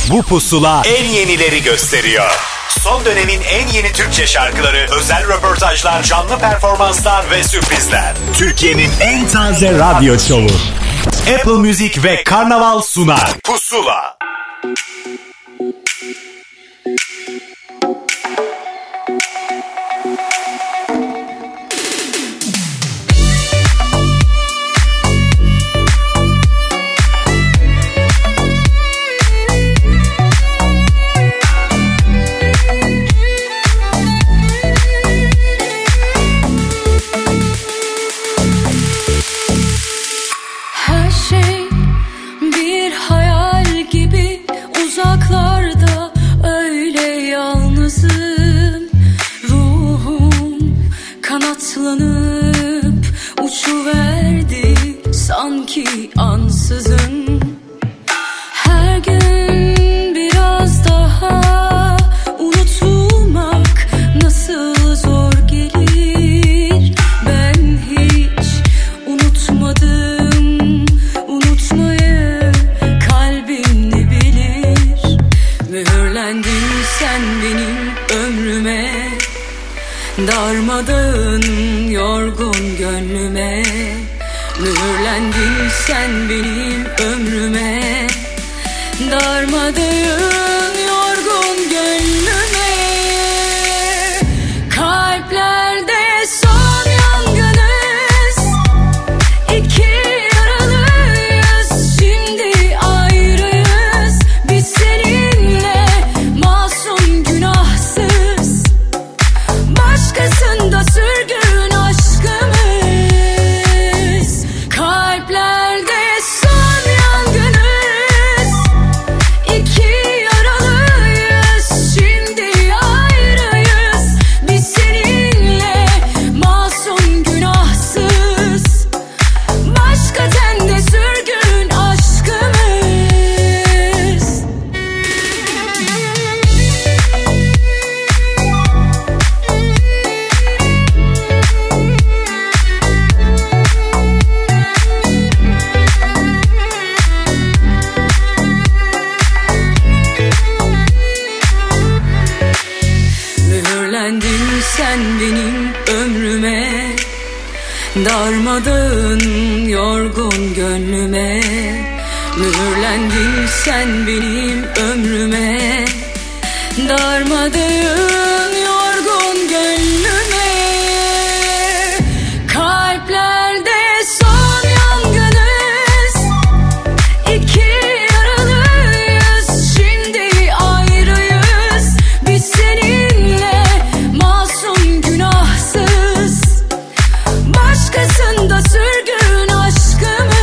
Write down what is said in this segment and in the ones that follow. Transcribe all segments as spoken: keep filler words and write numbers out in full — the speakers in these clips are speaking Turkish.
Bu pusula en yenileri gösteriyor. Son dönemin en yeni Türkçe şarkıları, özel röportajlar, canlı performanslar ve sürprizler. Türkiye'nin en taze radyo şovu. Apple Music ve Karnaval sunar. Pusula. Kanatlanıp uçuverdi sanki ansızın. Her gün biraz daha unutulmak nasıl zor gelir. Ben hiç unutmadım unutmayı, kalbim ne bilir. Mühürlendin sen benim ömrüme, darmadağın yorgun gönlüme. Mühürlendin sen benim ömrüme, darmadağın yorgun gönlüme. Kalplerde son yangınız, iki yaralıyız, şimdi ayrıyız. Biz seninle masum günahsız, başkasında sürgün aşkımız. Kalplerde son yangınız, iki yaralıyız, şimdi ayrıyız. Biz seninle masum günahsız, başka tende sürgün aşkımız. Mühürlendin sen benim ömrüme, darmadağın yorgun gönlüme. Mühürlendin sen benim ömrüme, darmadağın yorgun gönlüme. Kalplerde son yangınız, iki yaralıyız, şimdi ayrıyız. Biz seninle masum günahsız, başkasında sürgün aşkımız.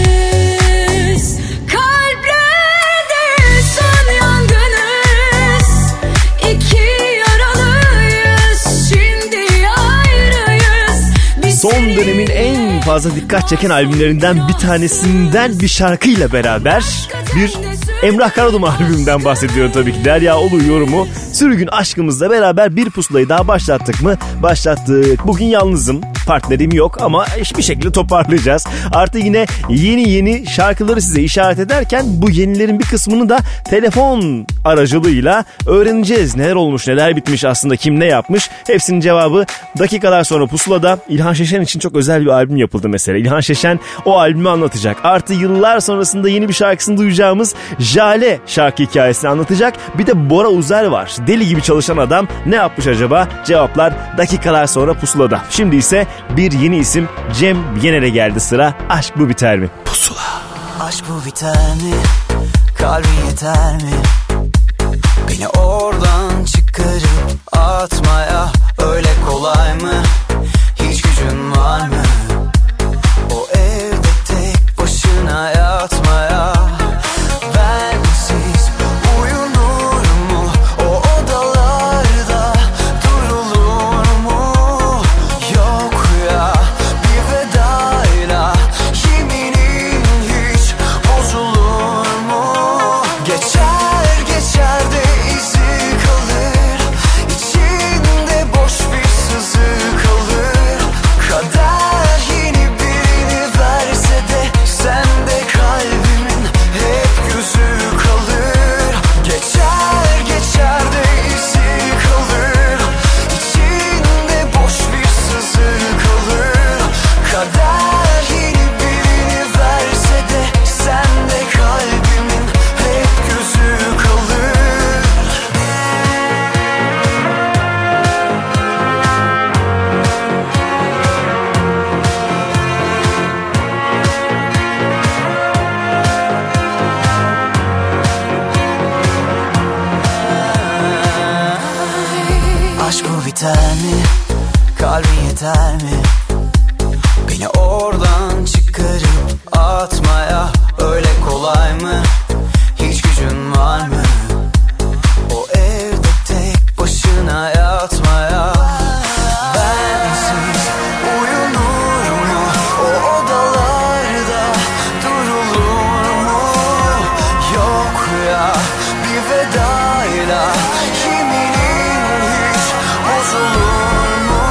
Kalplerde son yangınız, iki yaralıyız, şimdi ayrıyız. Biz Son dönemin en fazla dikkat çeken albümlerinden bir tanesinden bir şarkıyla beraber bir Emrah Karaduman albümünden bahsediyorum tabii ki. Derya Ulu yorumu. Sürgün aşkımızla beraber bir pusulayı daha başlattık mı? Başlattık. Bugün yalnızım. Partnerim yok ama bir şekilde toparlayacağız. Artı yine yeni yeni şarkıları size işaret ederken bu yenilerin bir kısmını da telefon aracılığıyla öğreneceğiz. Neler olmuş, neler bitmiş, aslında kim ne yapmış. Hepsinin cevabı dakikalar sonra pusulada. İlhan Şeşen için çok özel bir albüm yapıldı mesela. İlhan Şeşen o albümü anlatacak. Artı yıllar sonrasında yeni bir şarkısını duyacağımız Jale şarkı hikayesini anlatacak. Bir de Bora Uzer var. Deli gibi çalışan adam ne yapmış acaba? Cevaplar dakikalar sonra pusulada. Şimdi ise bir yeni isim Cem Yener'e geldi sıra. Aşk bu biter mi? Pusula. Aşk bu biter mi? Kalbin yeter mi? Beni oradan çıkarıp atmaya öyle kolay mı? Hiç gücün var mı? O evde tek başına yatmaya. Bensiz uyunur mu? O odalarda durulur mu? Yok ya bir vedayla yeminin hiç bozulur mu? Geçer geçer de izi kalır, İçinde boş bir sızı kalır. mi? Kalbin yeter mi? Beni oradan çıkarıp atmaya öyle kolay mı? Hiç gücün var mı? O evde tek başına yatmaya. Bensiz uyunur mu? O odalarda durulur mu? Yok ya bir vedayla yeminin hiç bozulur mu?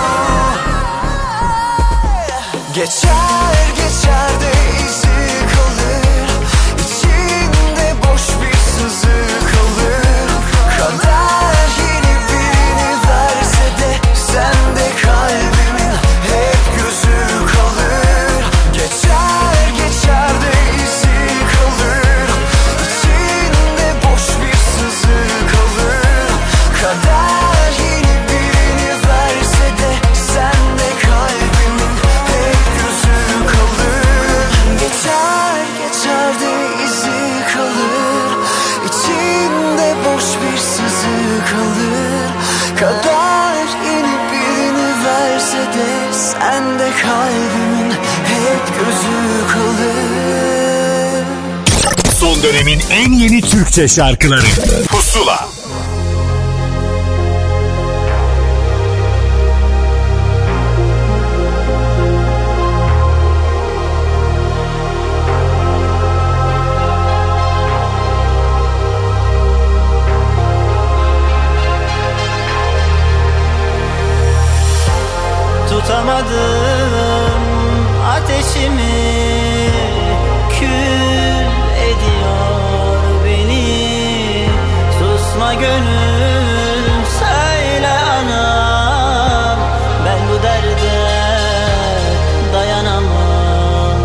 Geçer geçer de izi kalır, İçinde boş bir sızı kalır. Kader yeni birini verse de sende kalbimin hep gözü kalır. Geçer geçer de izi kalır, İçinde boş bir sızı kalır. Kader yeni birini verse de sende kalbimin hep gözü kalır. Geçer geçer de izi kalır, İçinde boş bir sızı kalır. Kader yeni birini verse de sende kalbimin hep gözü kalır. Son dönemin en yeni Türkçe şarkıları Pusula. Tutamadım ateşimi, kül ediyor beni. Susma gönül söyle anam, ben bu derde dayanamam.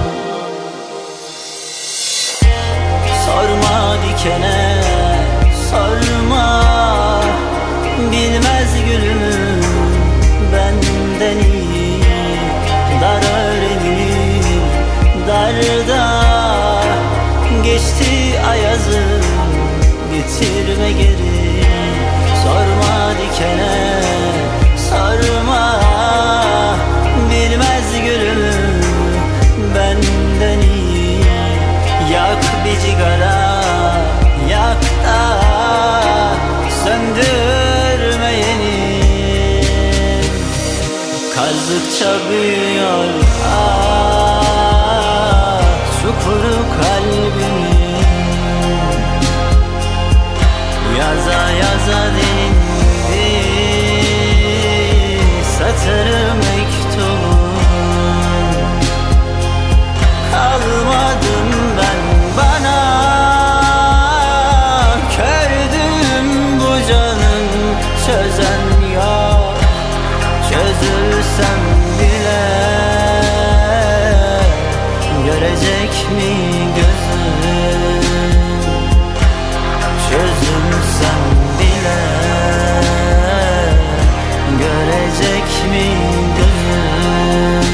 Sorma dikene sorma, bilmez gülümü benden iyi. Dar öğrenir darda, geçti ayazım getirme geri. Sorma dikene sorma, bilmez gülümü benden iyi. Yak bir cigara, yak da söndürme yeni. Kazdıkça büyüyor ah, çukuru kalbimin. Yaza yaza delindi satırı mektubun. Kalmadım ben bana, kördüm bu canın çözen yok. Çözülsem bile görecek mi gözüm? Çözülsem bile görecek mi gözüm?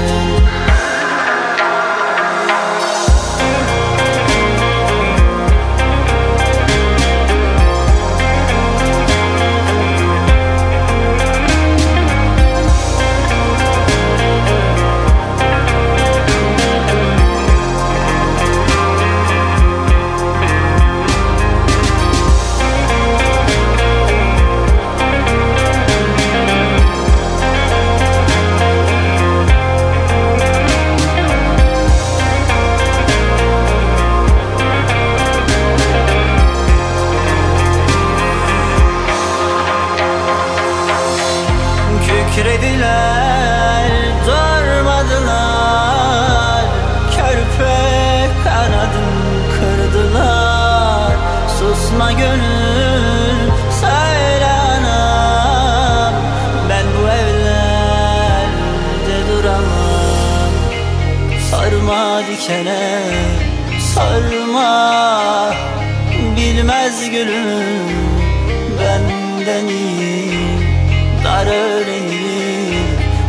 Kükrediler, durmadılar, körpe kanadım kırdılar. Susma gönül söyle anam, ben bu evlerde duramam. Sorma dikene sorma, bilmez gülüm benden iyi. Dar öğrenir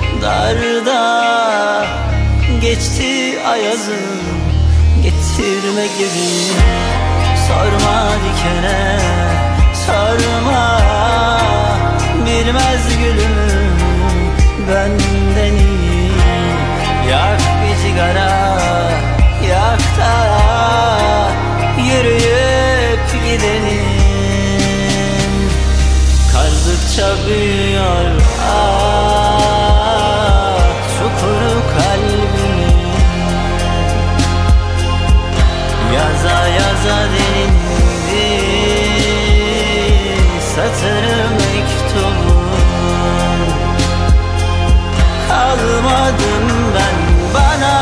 darda, geçti ayazım getirme geri. Sorma dikene sorma, bilmez gülüm taşa büyüyor. Ah, çukuru kalbimin. Yaza yaza delindi satır mektubun. Kalmadım ben bana,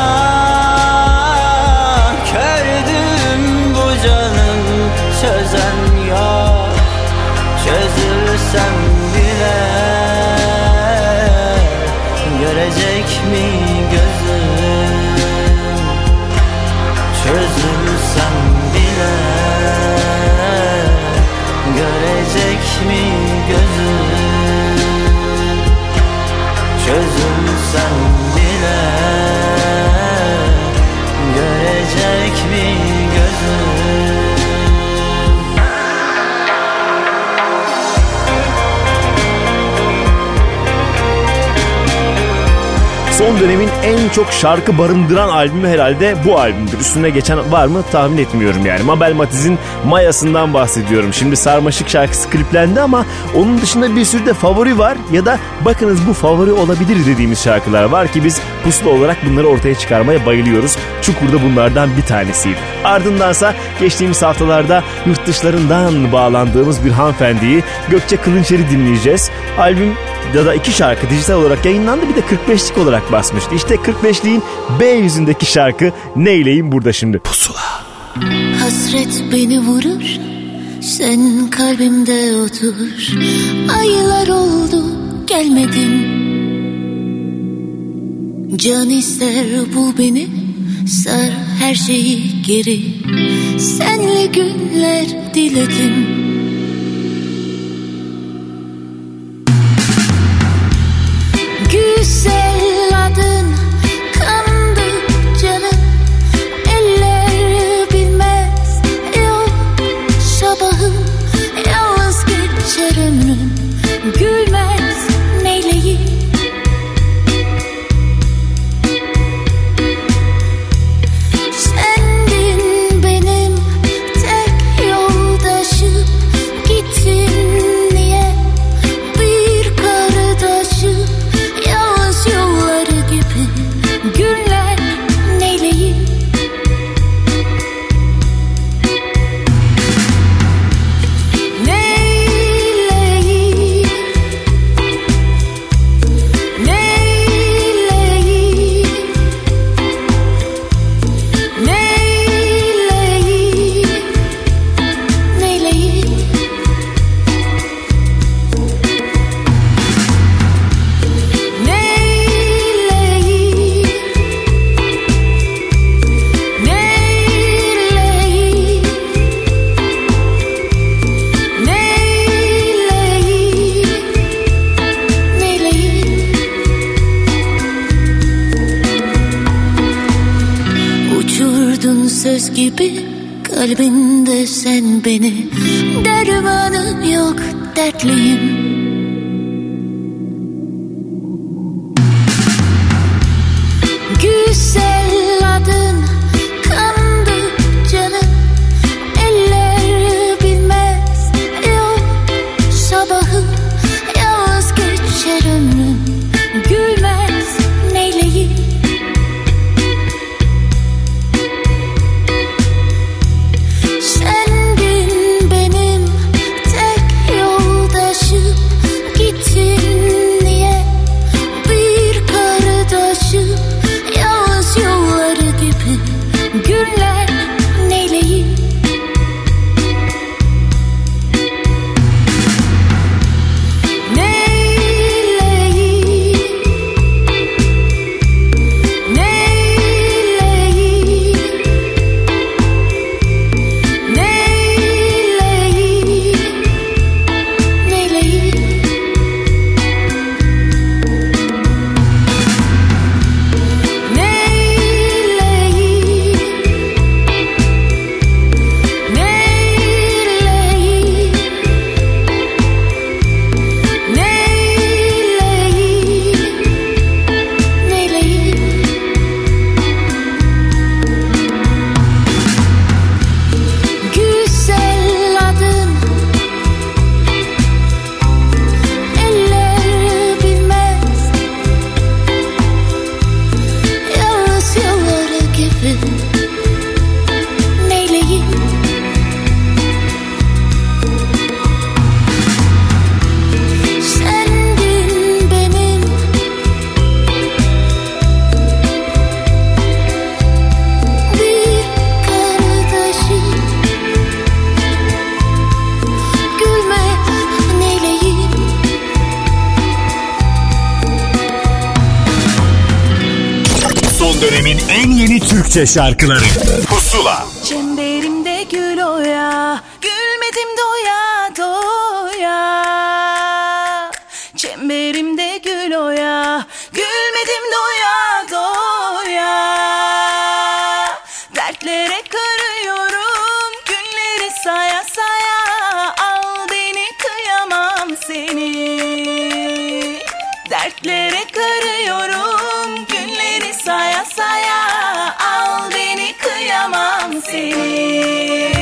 kördüm bu canım, çözen yok. Çözülsem bile görecek mi gözüm? Çözülsem bile görecek mi gözüm? Çözülsem bile görecek mi gözüm? Son dönemin en çok şarkı barındıran albümü herhalde bu albümdür. Üstüne geçen var mı tahmin etmiyorum yani. Mabel Matiz'in Mayası'ndan bahsediyorum. Şimdi Sarmaşık şarkısı kliplendi ama onun dışında bir sürü de favori var. Ya da bakınız bu favori olabilir dediğimiz şarkılar var ki biz Pusula olarak bunları ortaya çıkarmaya bayılıyoruz. Çukur da bunlardan bir tanesiydi. Ardındansa geçtiğimiz haftalarda yurt dışlarından bağlandığımız bir hanımefendiyi, Gökçe Kılınçer'i dinleyeceğiz. Albüm ya da iki şarkı dijital olarak yayınlandı, bir de kırk beşlik olarak basmıştı. İşte kırk beşliğin B yüzündeki şarkı Neyleyim burada şimdi. Pusula. Hasret beni vurur, sen kalbimde otur. Aylar oldu gelmedin. Can ister bul beni, sar her şeyi geri. Senle günler diledim. Güzel adın kandı canım, eller bilmez yok sabahım, yalnız geçer ömrüm, gülmez neyleyim. Sendin benim tek yoldaşım, gittin niye bir kardeşim. Yolları gibi günler neyleyim. Neyleyim. Neyleyim. Neyleyim. Neyleyim. Uçurdun söz gibi kalbinde sen beni, dermanım yok dertliyim. Güzel adın kandı canım, eller bilmez yok sabahım, yalnız geçer ömrüm, gülmez neyleyim. Sendin benim tek yoldaşım, gittin niye bir kardeşim, yalnız yol dönemin en yeni Türkçe şarkıları Pusula. Çemberimde gül oya, gülmedim doya doya. Çemberimde gül oya, gülmedim doya doya. Dertlere karıyorum, günleri saya saya. Al beni kıyamam seni. Dertlere karıyorum, günleri saya saya. Al beni kıyamam seni.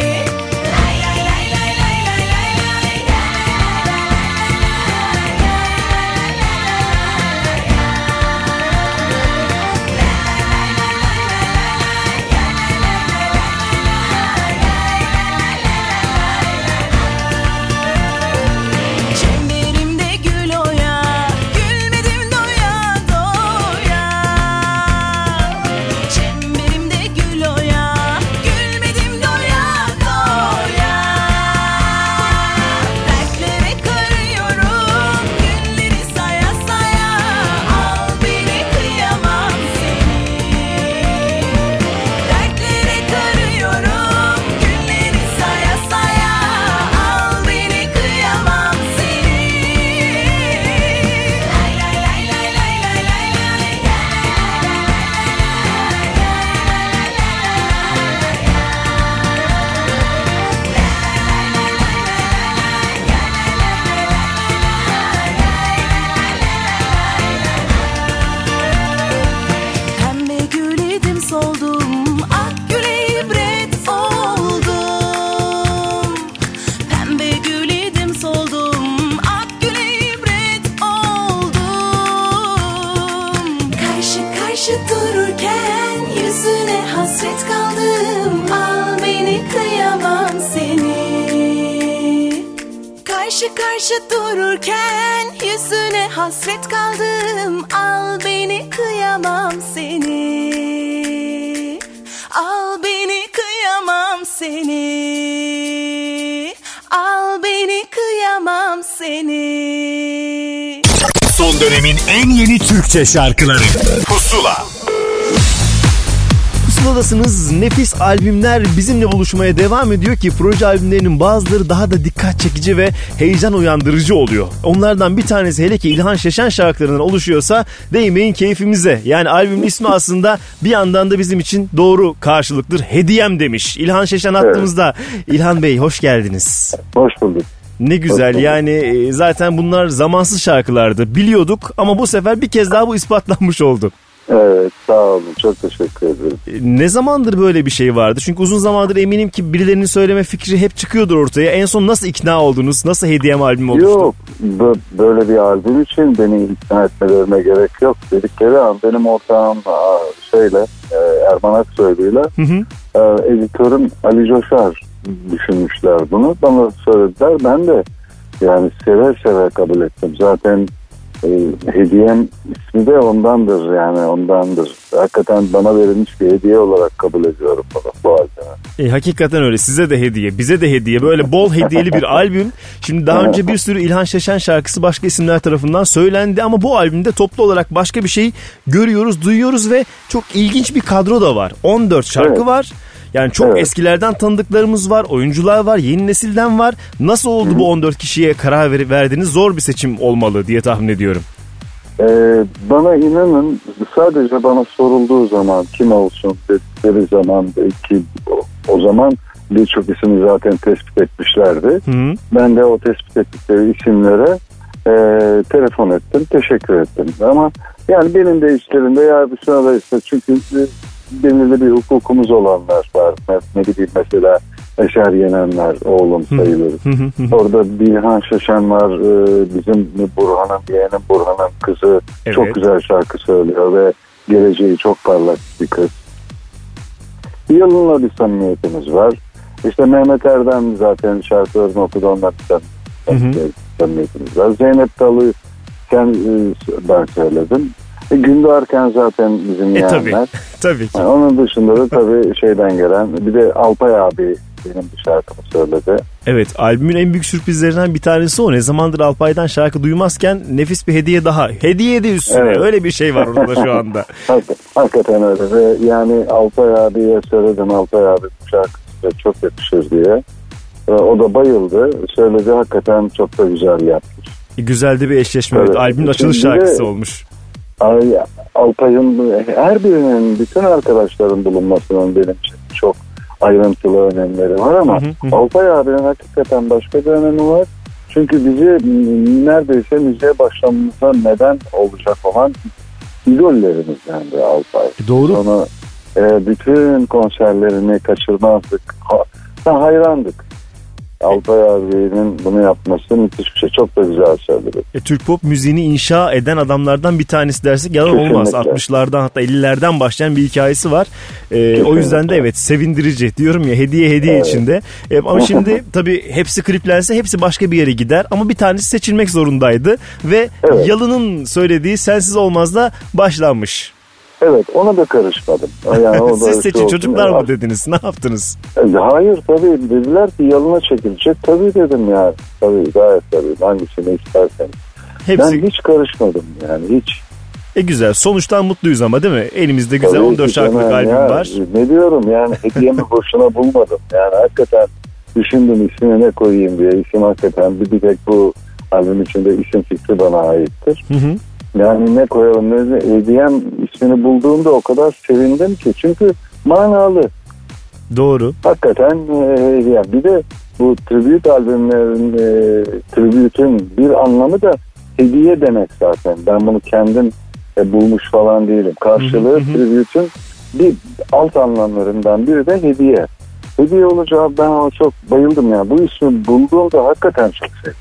Karşı karşı dururken yüzüne hasret kaldım. Al beni kıyamam seni. Al beni kıyamam seni. Al beni kıyamam seni. Son dönemin en yeni Türkçe şarkıları Pusula. Pusuladasınız. Nefis albümler bizimle buluşmaya devam ediyor ki proje albümlerinin bazıları daha da dikkat çekici ve heyecan uyandırıcı oluyor. Onlardan bir tanesi, hele ki İlhan Şeşen şarkılarından oluşuyorsa, değmeyin keyfimize. Yani albümün ismi aslında bir yandan da bizim için doğru karşılıktır. Hediyem demiş. İlhan Şeşen hattımızda. Evet. İlhan Bey hoş geldiniz. Hoş bulduk. Ne güzel, yani zaten bunlar zamansız şarkılardı, biliyorduk ama bu sefer bir kez daha bu ispatlanmış oldu. Evet, sağ olun, çok teşekkür ederim. Ne zamandır böyle bir şey vardı? Çünkü uzun zamandır eminim ki birilerinin söyleme fikri hep çıkıyordur ortaya. En son nasıl ikna oldunuz? Nasıl Hediyem albümü oluştu? Yok, b- böyle bir albüm için beni ikna etmelerine gerek yok. Dedikleri an benim ortağım şeyle, Erman Aksoylu'yla editörüm Ali Coşar düşünmüşler bunu. Bana söylediler, ben de yani seve seve kabul ettim. Zaten e, hediyem ismi de ondandır, yani ondandır. Hakikaten bana verilmiş bir hediye olarak kabul ediyorum bunu, bu albümü. E, hakikaten öyle, size de hediye, bize de hediye, böyle bol hediyeli bir albüm. Şimdi daha önce bir sürü İlhan Şeşen şarkısı başka isimler tarafından söylendi ama bu albümde toplu olarak başka bir şey görüyoruz, duyuyoruz ve çok ilginç bir kadro da var. on dört şarkı evet. var. Yani çok evet. eskilerden tanıdıklarımız var, oyuncular var, yeni nesilden var. Nasıl oldu Hı-hı. bu on dört kişiye karar ver- verdiniz? Zor bir seçim olmalı diye tahmin ediyorum. Ee, bana inanın, sadece bana sorulduğu zaman kim olsun dedikleri zaman ki o, o zaman birçok ismi zaten tespit etmişlerdi. Hı-hı. Ben de o tespit ettikleri isimlere e, telefon ettim, teşekkür ettim. Ama yani benim de içlerinde ya bir sonra işte çünkü belirli bir hukukumuz olanlar var. Ne bileyim mesela Eşer Yenenler oğlum sayılır. Orada Bilhan Şeşen var. Bizim Burhan'ın, yeğenim Burhan'ın kızı. Evet. Çok güzel şarkı söylüyor ve geleceği çok parlak bir kız. Yalın'la bir samimiyetimiz var. İşte Mehmet Erdem zaten şarkılarını okudu, onunla bir samimiyetimiz var. Zeynep Dalı sen, ben söyledim. E, Gündoğarken zaten bizim e, yeğenler. Tabii, tabii ki. Yani onun dışında da tabii şeyden gelen bir de Alpay abi benim bir şarkımı söyledi. Evet, albümün en büyük sürprizlerinden bir tanesi o. Ne zamandır Alpay'dan şarkı duymazken nefis bir hediye daha. Hediye de üstüne. Evet. Öyle bir şey var orada şu anda. Hakikaten öyle. Ve yani Alpay abiye söyledim, Alpay abi bu şarkı çok yakışır diye. Ve o da bayıldı. Söyledi, hakikaten çok da güzel yapmış. Güzel de bir eşleşme. Evet. Albümün açılış Şimdi şarkısı olmuş. Alpay'ın her birinin, bütün arkadaşların bulunmasının benim için çok ayrıntılı önemleri var ama hı hı. Alpay abinin hakikaten başka bir önemi var. Çünkü bizi neredeyse müziğe başlamamıza neden olacak olan idollerimizden de Alpay. Doğru. Onu e, bütün konserlerini kaçırmazdık. Ha, hayrandık. Alpay abinin bunu yapması müthiş bir şey. Çok da güzel söyledi. E, Türk pop müziğini inşa eden adamlardan bir tanesi dersek yalan kesinlikle olmaz. altmışlardan hatta ellilerden başlayan bir hikayesi var. E, o yüzden de evet, sevindirici diyorum ya, hediye hediye evet. içinde. E, ama şimdi tabii hepsi kliplense hepsi başka bir yere gider. Ama bir tanesi seçilmek zorundaydı. Ve evet. Yalın'ın söylediği Sensiz Olmaz'da başlanmış. Evet, ona da karışmadım. Yani o Siz da seçin çocuklar mı dediniz? Ne yaptınız? Hayır tabii, dediler ki Yalın'a çekilecek. Tabii dedim ya. Tabii, gayet tabii. Hangisini isterseniz. Hepsi... Ben hiç karışmadım yani, hiç. E güzel. Sonuçtan mutluyuz ama değil mi? Elimizde güzel tabii on dört şarkılık albüm ya, var. Ne diyorum yani, hediyemi boşuna bulmadım. Yani hakikaten düşündüm ismini ne koyayım diye. İsim hakikaten bir, bir tek bu albüm içinde isim fikri bana aittir. Hı hı. Yani ne koyalım ne hediyem ismini bulduğumda o kadar sevindim ki. Çünkü manalı. Doğru. Hakikaten hediyem. Bir de bu tribute albümlerin e, tribütün bir anlamı da hediye demek zaten. Ben bunu kendim e, bulmuş falan değilim. Karşılığı tribütün bir alt anlamlarından biri de hediye. Hediye olacağı ben ona çok bayıldım ya. Bu ismi bulduğumda hakikaten çok sevdim.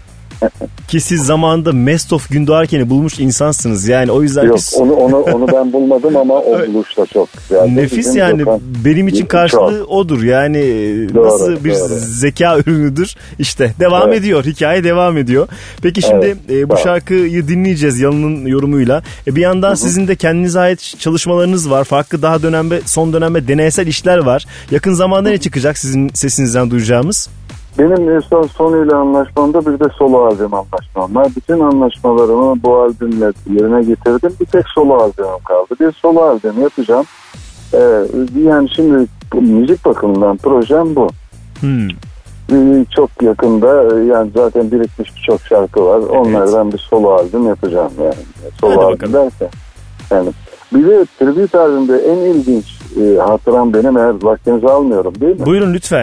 Ki siz zamanında Mest of Gündoğarken'i bulmuş insansınız. Yani o yüzden yok, biz... onu onu onu ben bulmadım ama o buluşta çok güzel. Nefis bizim yani Gökhan, benim için karşılığı çok odur. Yani doğru, nasıl bir doğru. zeka ürünüdür. İşte devam evet. ediyor. Hikaye devam ediyor. Peki şimdi evet, e, bu tamam. şarkıyı dinleyeceğiz Yalın'ın yorumuyla. E, bir yandan Hı-hı. sizin de kendinize ait çalışmalarınız var. Farklı daha dönemde son dönemde deneysel işler var. Yakın zamanda ne çıkacak sizin sesinizden duyacağımız? Benim son sonuyla anlaşmamda bir de solo albüm anlaşmam var. Bütün anlaşmalarımı bu albümle yerine getirdim. Bir tek solo albümüm kaldı. Bir solo albüm yapacağım. Ee, yani şimdi müzik bakımından projem bu. Hmm. Ee, çok yakında yani zaten birikmiş birçok şarkı var. Onlardan evet. bir solo albüm yapacağım yani. Solo Hadi albüm bakalım. derken. Yani bir de tribute albümde en ilginç e, hatıram benim, eğer vaktinizi almıyorum değil mi? Buyurun lütfen.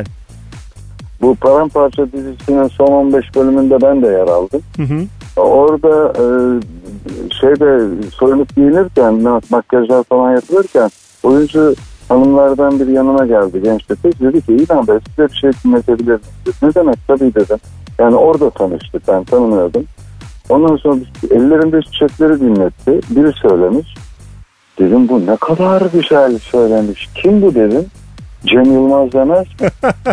Bu Paramparça dizisinin son on beş bölümünde ben de yer aldım. Hı hı. Orada e, şeyde soyunup giyinirken, makyajlar falan yapılırken oyuncu hanımlardan biri yanıma geldi, genç bir kız. Dedi ki İlhan Bey size bir şey dinletebilir misiniz? Ne demek, tabii dedim. Yani orada tanıştık, ben tanımıyordum. Ondan sonra ellerinde çiçekleri dinletti. Biri söylemiş. Dedim bu ne kadar güzel söylemiş. Kim bu dedim. Cem Yılmaz demez mi?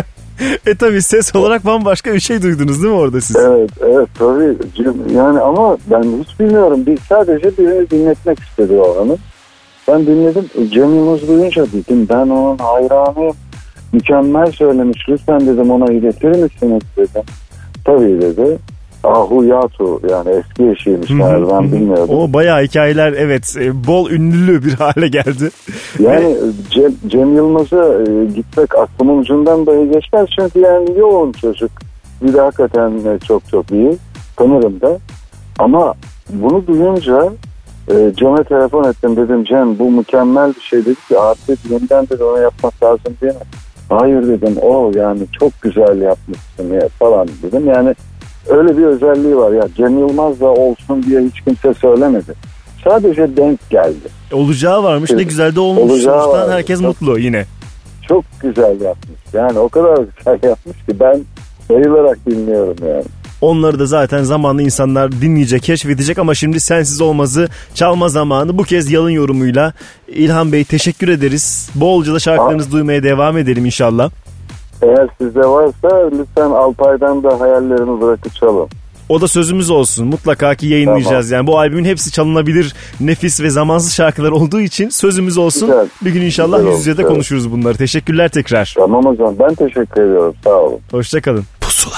E tabii ses olarak bambaşka bir şey duydunuz değil mi orada siz? Evet, evet tabii. Yani ama ben hiç bilmiyorum. Bir, sadece birini dinletmek istedi o hanım. Ben dinledim. Cem Yılmaz duyunca dedim ben onun hayranıyım. Mükemmel söylemiş. Lütfen dedim ona iletir misiniz dedim. Tabii dedi. Ahu Yatu yani eski eşiymiş galiba, ben bilmiyordum. O bayağı hikayeler evet bol ünlü bir hale geldi. Yani Cem, Cem Yılmaz'a e, gitmek aklımın ucundan dahi geçmez çünkü yani yoğun çocuk. Bir de hakikaten çok çok iyi, tanırım da. Ama bunu duyunca e, Cem'e telefon ettim, dedim Cem bu mükemmel bir şey, dedi ki artık yeniden de ona yapmak lazım diye. Hayır dedim, o yani çok güzel yapmışsın ya falan dedim. Yani öyle bir özelliği var ya, Cem Yılmaz da olsun diye hiç kimse söylemedi. Sadece denk geldi. Olacağı varmış, ne güzel de olmuş. Sonuçta herkes çok mutlu yine. Çok güzel yapmış. Yani o kadar güzel yapmış ki ben bayılarak dinliyorum yani. Onları da zaten zamanla insanlar dinleyecek, keşfedecek ama şimdi Sensiz Olmaz'ı çalma zamanı. Bu kez Yalın yorumuyla. İlhan Bey teşekkür ederiz. Bolca da şarkılarınızı duymaya devam edelim inşallah. Eğer sizde varsa lütfen Alpay'dan da hayallerimi bırakıp çalın. O da sözümüz olsun. Mutlaka ki yayınlayacağız. Tamam. Yani bu albümün hepsi çalınabilir, nefis ve zamansız şarkılar olduğu için sözümüz olsun. Güzel. Bir gün inşallah Güzel yüz yüze de konuşuruz bunları. Teşekkürler tekrar. Tamam o zaman. Ben teşekkür ediyorum. Sağ olun. Hoşçakalın. Pusula.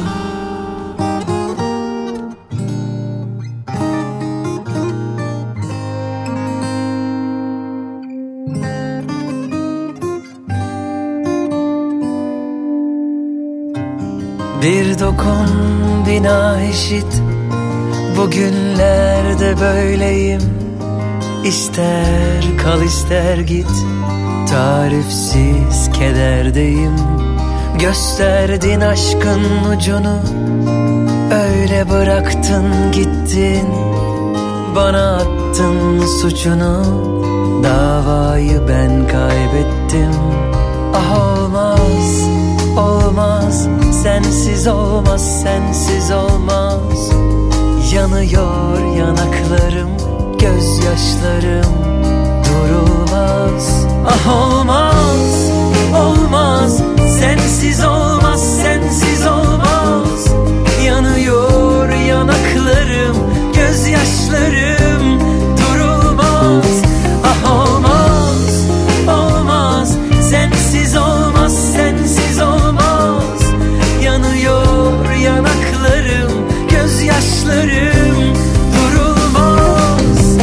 Bir dokun bina eşit, bugünlerde böyleyim. İster kal ister git, tarifsiz kederdeyim. Gösterdin aşkın ucunu, öyle bıraktın gittin. Bana attın suçunu, davayı ben kaybettim. Ah olmaz, olmaz, sensiz olmaz, sensiz olmaz. Yanıyor yanaklarım, gözyaşlarım durulmaz. Ah olmaz, olmaz, sensiz olmaz, sensiz olmaz. Yanıyor yanaklarım, gözyaşlarım durulmaz. Ah olmaz, olmaz, sensiz olmaz, sensiz olmaz. Yanıyor yanaklarım, gözyaşlarım durulmaz.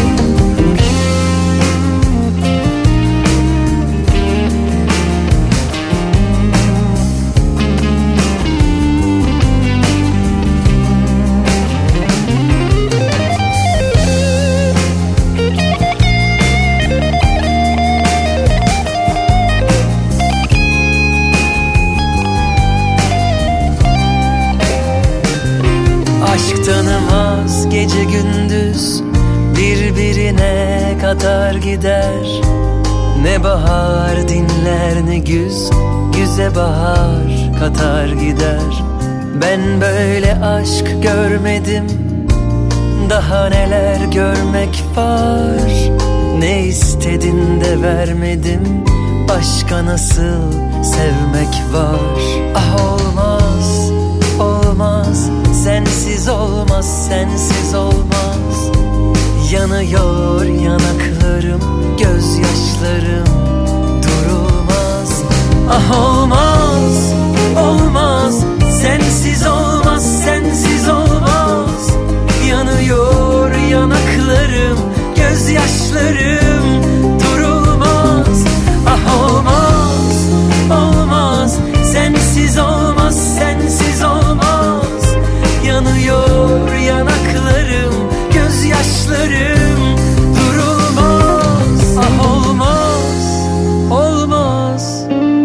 Aşk tanımaz gece gündüz, birbirine kadar gider. Ne bahar dinler ne güz, güze bahar katar gider. Ben böyle aşk görmedim, daha neler görmek var. Ne istedin de vermedim, başka nasıl sevmek var. Ah olmaz, olmaz, sensiz olmaz, sensiz olmaz. Yanıyor yanaklarım, gözyaşlarım durulmaz. Ah olmaz, olmaz, sensiz olmaz, sensiz olmaz. Yanıyor yanaklarım, gözyaşlarım durulmaz. Ah olmaz, olmaz, sensiz olmaz, sensiz olmaz. Yanıyor yanaklarım, gözyaşlarım durulmaz. Ah olmaz, olmaz,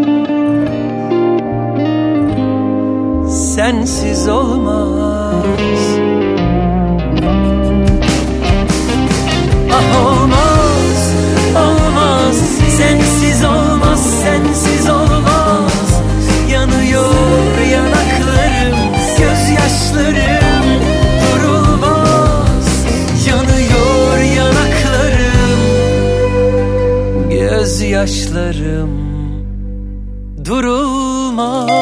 sensiz olmaz. Ah olmaz, olmaz, sensiz olmaz, sensiz olmaz. Yanıyor yanaklarım, gözyaşlarım durulmaz. Yanıyor yanaklarım, gözyaşlarım durulmaz.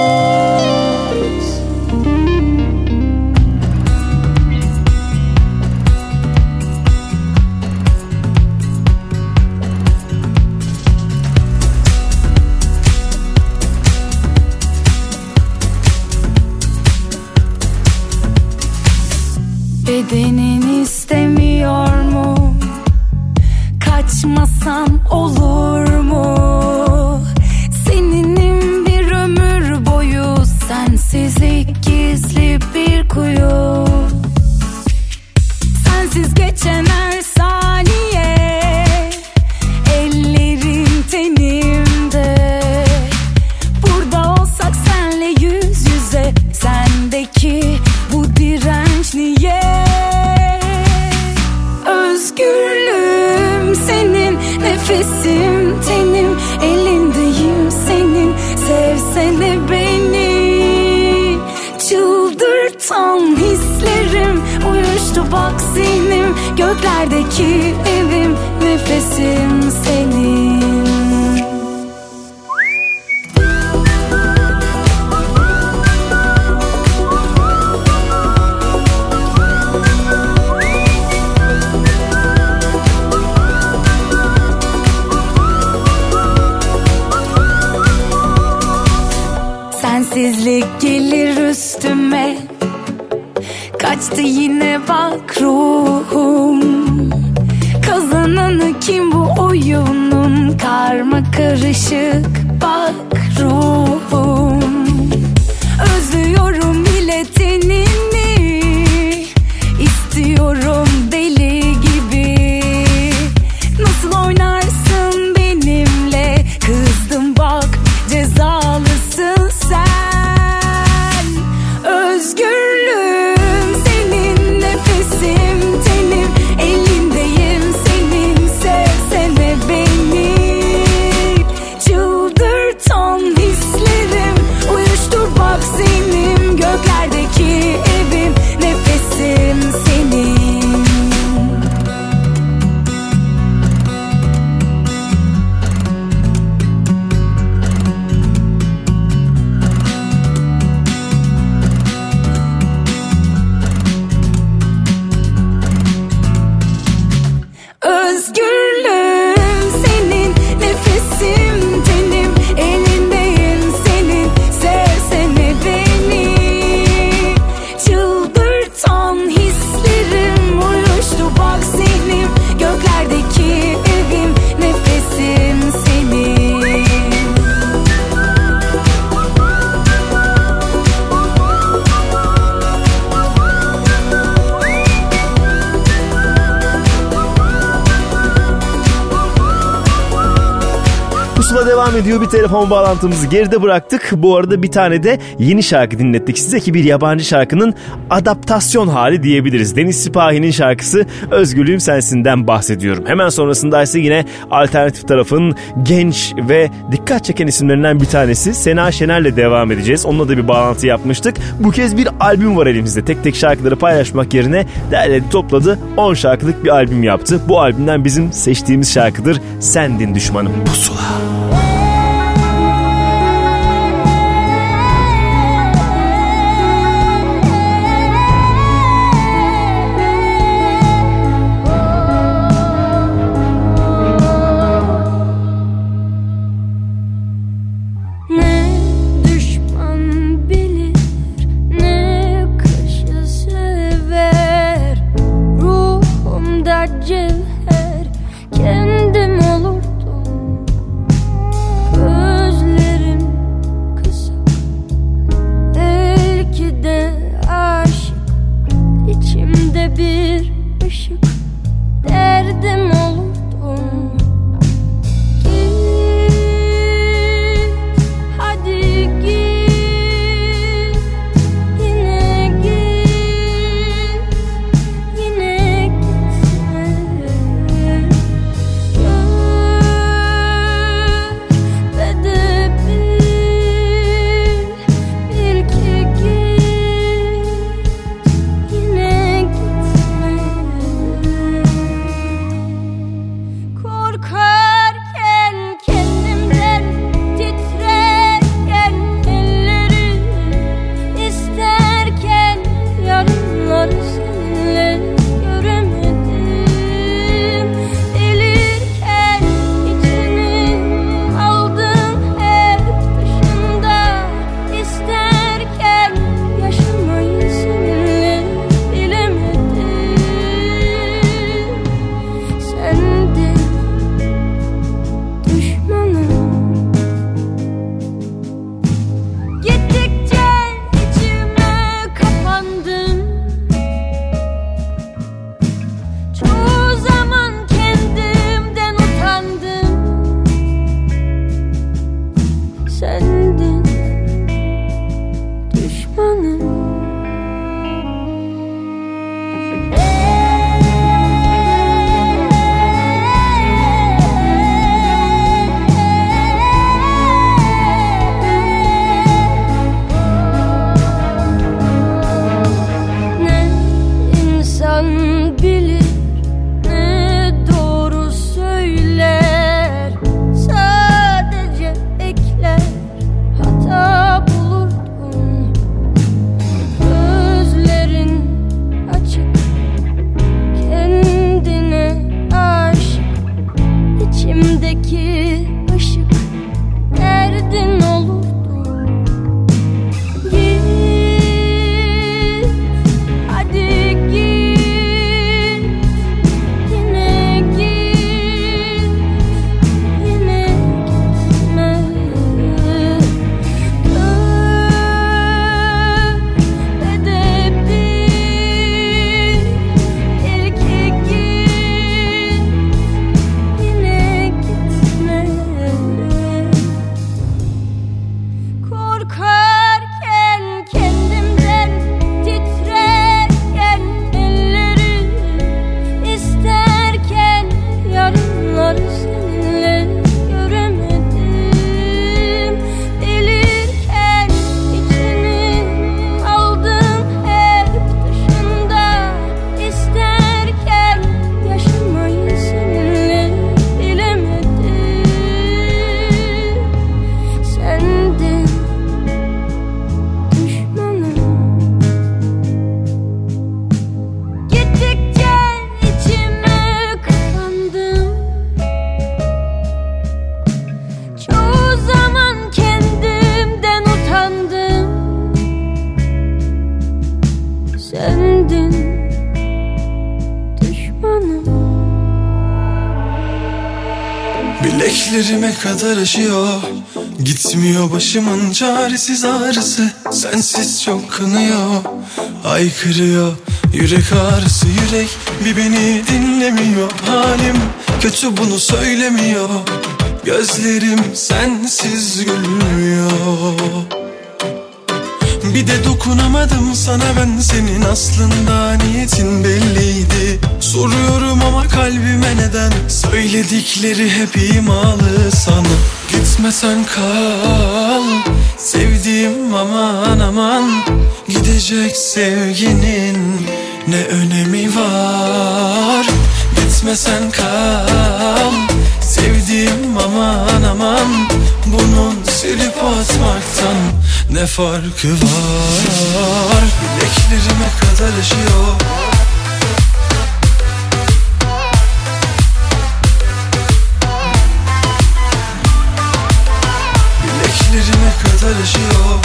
Bedenin istemiyor mu? Kaçmasam olur mu? Seninim bir ömür boyu, sensizlik gizli bir kuyu. Sensiz geçen her saniye, ellerin tenimde. Burada olsak senle yüz yüze, sendeki bu direnç niye? Özgürlüğüm senin, nefesim tenim, elindeyim senin. Sevsene beni, çıldırtan hislerim uyuştu bak zihnim. Göklerdeki evim, nefesim senin. üstüme. Kaçtı yine bak ruhum. Kazananı kim bu oyunun? Karma karışık bak ruhum. Özlüyorum bile tenini, istiyorum deli gibi. Nasıl oynarsın benimle? Kızdım bak, cezalısın sen. Özgürlüğüm senin, nefesim tenim, elindeyim senin, sevsene beni. Çıldırtan hislerim, uyuştur bak senin, göklerdeki evim, nefesim senin. Özgürlüğüm senin, nefesim tenim, elindeyim senin, sevsene beni. Çıldırtan hislerim, uyuştu bak senin, göklerdeki evim, nefesim senin. Pusula devam ediyor. Bir telefon bağlantımızı geride bıraktık. Bu arada bir tane de yeni şarkı dinlettik size ki bir yabancı şarkının adaptasyon hali diyebiliriz. Deniz Sipahi'nin şarkısı Özgürlüğüm Sensin'den bahsediyorum. Hemen sonrasında ise yine alternatif tarafın genç ve dikkat çeken isimlerinden bir tanesi Sena Şener'le devam edeceğiz. Onunla da bir bağlantı yapmıştık. Bu kez bir albüm var elimizde. Tek tek şarkıları paylaşmak yerine derledi topladı. on şarkılık bir albüm yaptı. Bu albümden bizim seçtiğimiz şarkıdır Sendin Düşmanım. Pusula. Ne düşman bilir, ne kışı sever. Ruhumda cevher, kendim olurdum. sendin düşmanım. Bileklerime kadar aşıyor, gitmiyor başımın çaresiz ağrısı. Sensiz çok kanıyor, haykırıyor yürek ağrısı. Yürek bir beni dinlemiyor, halim kötü bunu söylemiyor. Gözlerim sensiz gülmüyor. Bir de dokunamadım sana ben, senin aslında niyetin belliydi. Soruyorum ama kalbime neden, söyledikleri hep imalı sana. Gitmesen kal sevdiğim, aman aman. Gidecek sevginin ne önemi var. Gitmesen kal sevdiğim, aman aman. Bunun silip atmaktan ne farkı var? Bileklerime kadar aşıyor. Bileklerime kadar aşıyor.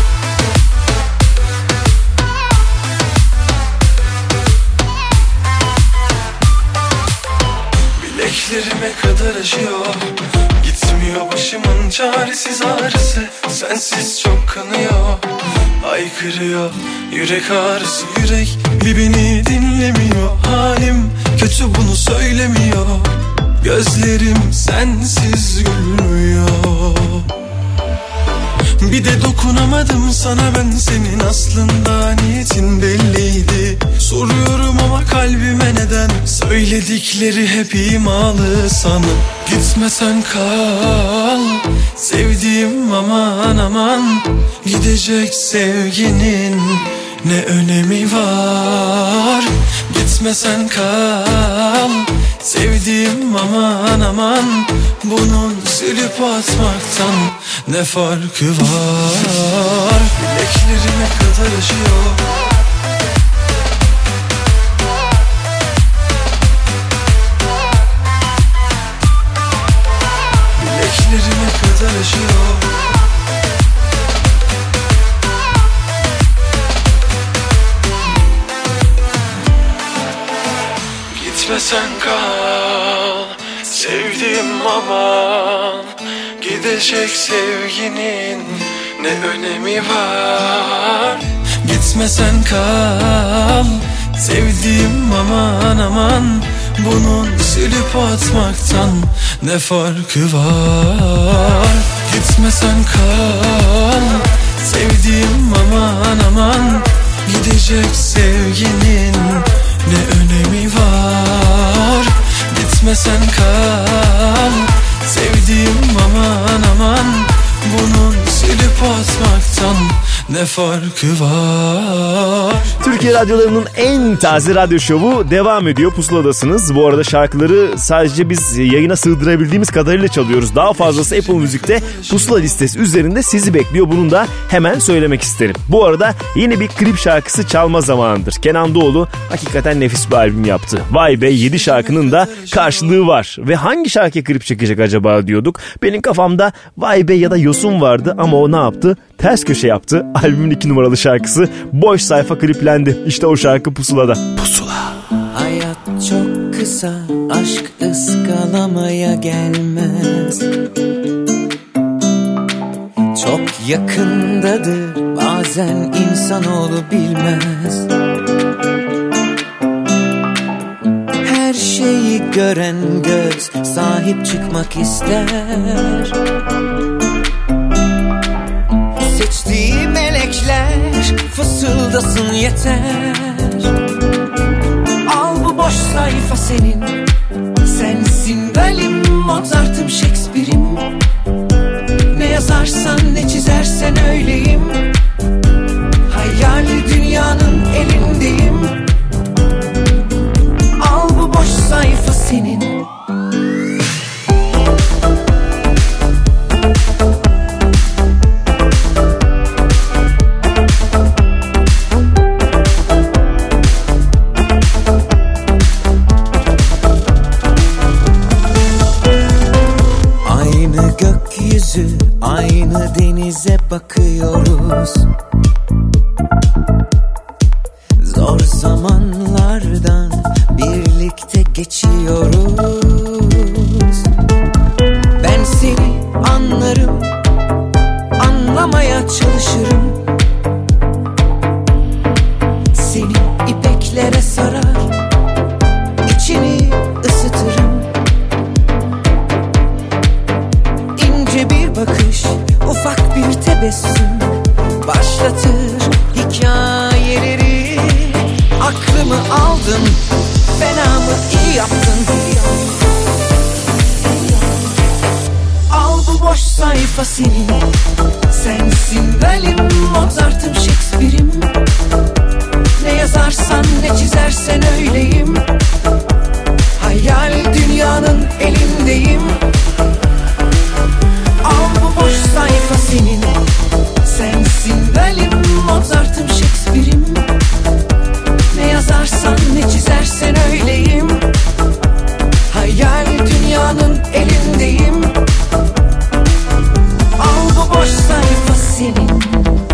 Bileklerime kadar aşıyor. Gitmiyor başımın çaresiz ağrısı. Sensiz çok kanıyor, haykırıyor yürek ağrısı. Yürek bir beni dinlemiyor, halim kötü bunu söylemiyor. Gözlerim sensiz gülmüyor. Bir de dokunamadım sana ben, senin aslında niyetin belliydi. Soruyorum ama kalbime neden, söyledikleri hep imalı sana. Gitmesen kal sevdiğim, aman aman. Gidecek sevginin ne önemi var. Gitmesen kal sevdiğim, aman aman. Bunun silip atmaktan ne farkı var? Bileklerime kadar aşıyor. Bileklerime kadar aşıyor. Gitmesen kal sevdiğim, aman. Gidecek sevginin ne önemi var. Gitmesen kal sevdiğim, aman aman. Bunun silip atmaktan ne farkı var? Gitmesen kal sevdiğim, aman aman. Gidecek sevginin ne önemi var. Gitmesen kal sevdiğim, aman aman. Bunun silip atmaktan ne farkı var? Türkiye radyolarının en taze radyo şovu devam ediyor. Pusuladasınız. Bu arada şarkıları sadece biz yayına sığdırabildiğimiz kadarıyla çalıyoruz. Daha fazlası Apple Müzik'te Pusula listesi üzerinde sizi bekliyor. Bunu da hemen söylemek isterim. Bu arada yeni bir klip şarkısı çalma zamanıdır. Kenan Doğulu hakikaten nefis bir albüm yaptı. Vay be, yedi şarkının da karşılığı var. Ve hangi şarkıya klip çekecek acaba diyorduk. Benim kafamda Vay be ya da Yosun vardı ama o ne yaptı? Ters köşe yaptı. Albümün iki numaralı şarkısı Boş Sayfa kliplendi. İşte o şarkı Pusula'da. Pusula. Hayat çok kısa, aşk ıskalamaya gelmez. Çok yakındadır, bazen insanoğlu bilmez. Her şeyi gören göz sahip çıkmak ister. Seçtiği melekler fısıldasın yeter. Al bu boş sayfa senin. Sensin benim Mozart'ım, Shakespeare'im. Ne yazarsan ne çizersen öyleyim. Hayali dünyanın elindeyim. Al bu boş sayfa senin. Aynı denize bakıyoruz. Zor zamanlardan birlikte geçiyoruz. Ben seni anlarım, anlamaya çalışırım. Seni ipeklere sarar, içini ısıtırım. İnce bir bakış, ufak bir tebessüm başlatır hikayeleri. Aklımı aldın, fena mı iyi yaptın. Al bu boş sayfa senin. Sensin benim Mozart'ım, Shakespeare'im. Ne yazarsan ne çizersen öyleyim. Hayal dünyanın elindeyim. Al bu boş sayfa senin. Sensin benim Mozart'ım, Shakespeare'im. Ne yazarsan ne çizersen öyleyim. Hayal dünyanın elindeyim. Al bu boş sayfa senin.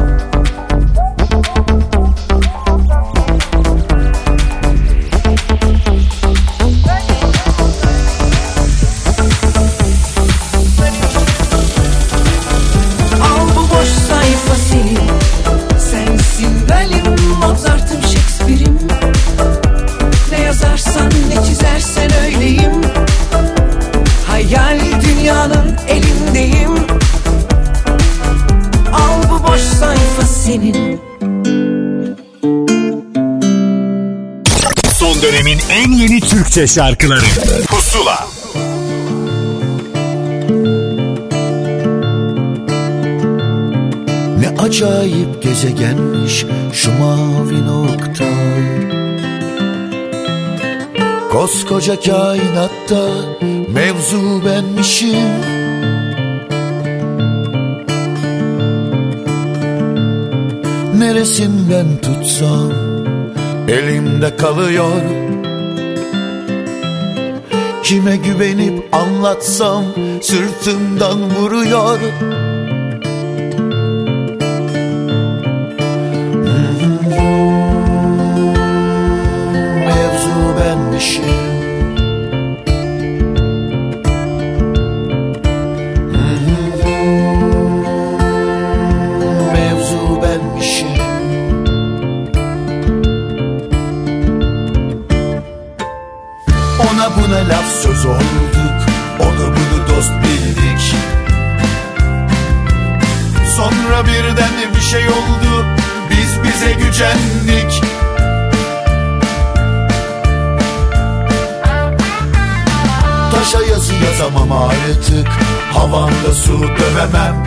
Son dönemin en yeni Türkçe şarkıları Pusula. Ne acayip gezegenmiş şu mavi nokta. Koskoca kainatta mevzu benmişim. Neresinden tutsam elimde kalıyor. Kime güvenip anlatsam sırtımdan vuruyor. Mevzu benmişim. Mevzu benmişim. Ona buna laf söz olduk, onu bunu dost bildik. Sonra birden bir şey oldu, biz bize gücendik. Taşa yazı yazamam artık, havanda su dövemem.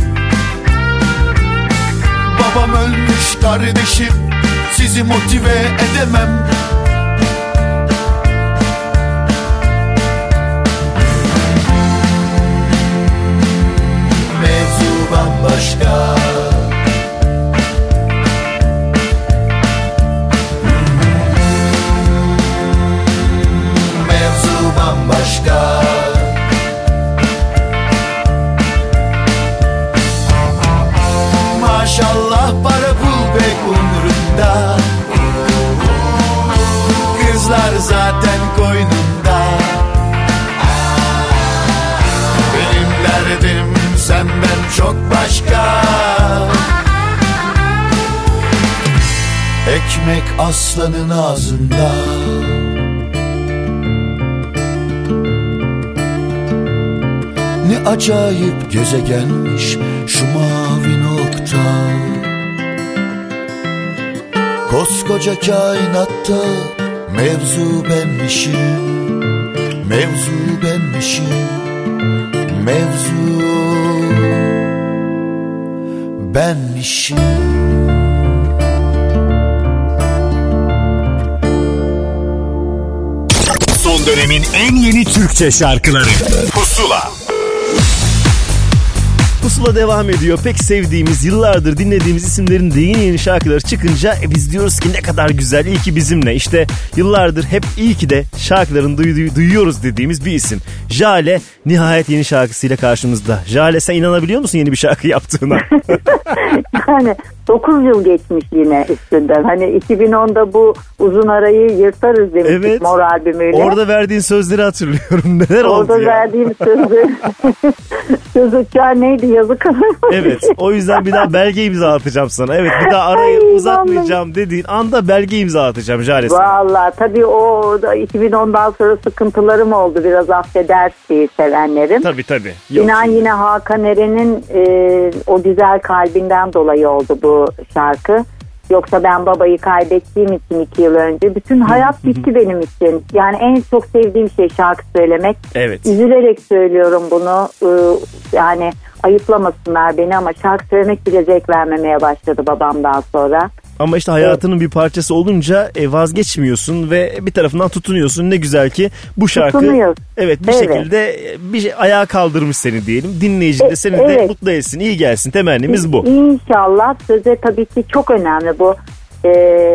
Babam ölmüş kardeşim, sizi motive edemem. Bambaşka. Mevzu bambaşka. Maşallah para pul pek umrunda. Kızlar zaten koynunda. Benim derdim senden çok başka. Ekmek aslanın ağzında. Ne acayip gezegenmiş şu mavi nokta. Koskoca kainatta mevzu benmişim. Mevzu benmişim. Mevzu benmişim. Son dönemin en yeni Türkçe şarkıları Pusula. Pusula devam ediyor. Pek sevdiğimiz, yıllardır dinlediğimiz isimlerin de yeni yeni şarkıları çıkınca e, biz diyoruz ki ne kadar güzel, iyi ki bizimle. İşte yıllardır hep iyi ki de şarkılarını duy- duyuyoruz dediğimiz bir isim. Jale nihayet yeni şarkısıyla karşımızda. Jale, sen inanabiliyor musun yeni bir şarkı yaptığına? Yani dokuz yıl geçmiş yine üstünden. Hani iki bin onda bu uzun arayı yırtarız demiştik Evet. Mor albümüyle. Orada verdiğin sözleri hatırlıyorum. Neler oldu Orada ya? verdiğim sözü söz uçağı neydi yazı kalır. Evet, o yüzden bir daha belge imza atacağım sana. Evet, bir daha arayı Ay, uzatmayacağım dediğin anda belge imza atacağım Jale sana. Vallahi tabii o da iki bin ondan sonra sıkıntılarım oldu, biraz affedersin sevenlerim. Tabii tabii. Yok. İnan yine Hakan Eren'in e, o güzel kalbinden dolayı oldu bu şarkı. Yoksa ben babayı kaybettiğim için iki yıl önce bütün hayat bitti benim için. Yani en çok sevdiğim şey şarkı söylemek. Evet. Üzülerek söylüyorum bunu. Ee, yani ayıplamasınlar beni ama şarkı söylemek bile zevk vermemeye başladı babamdan sonra. Ama işte hayatının bir parçası olunca e, vazgeçmiyorsun ve bir tarafından tutunuyorsun. Ne güzel ki bu şarkı Tutunuyoruz. evet bir Evet. şekilde bir şey, ayağa kaldırmış seni diyelim. Dinleyici de E, seni de evet. mutlu etsin, iyi gelsin. Temennimiz bu. İnşallah. Söze tabii ki çok önemli bu. E,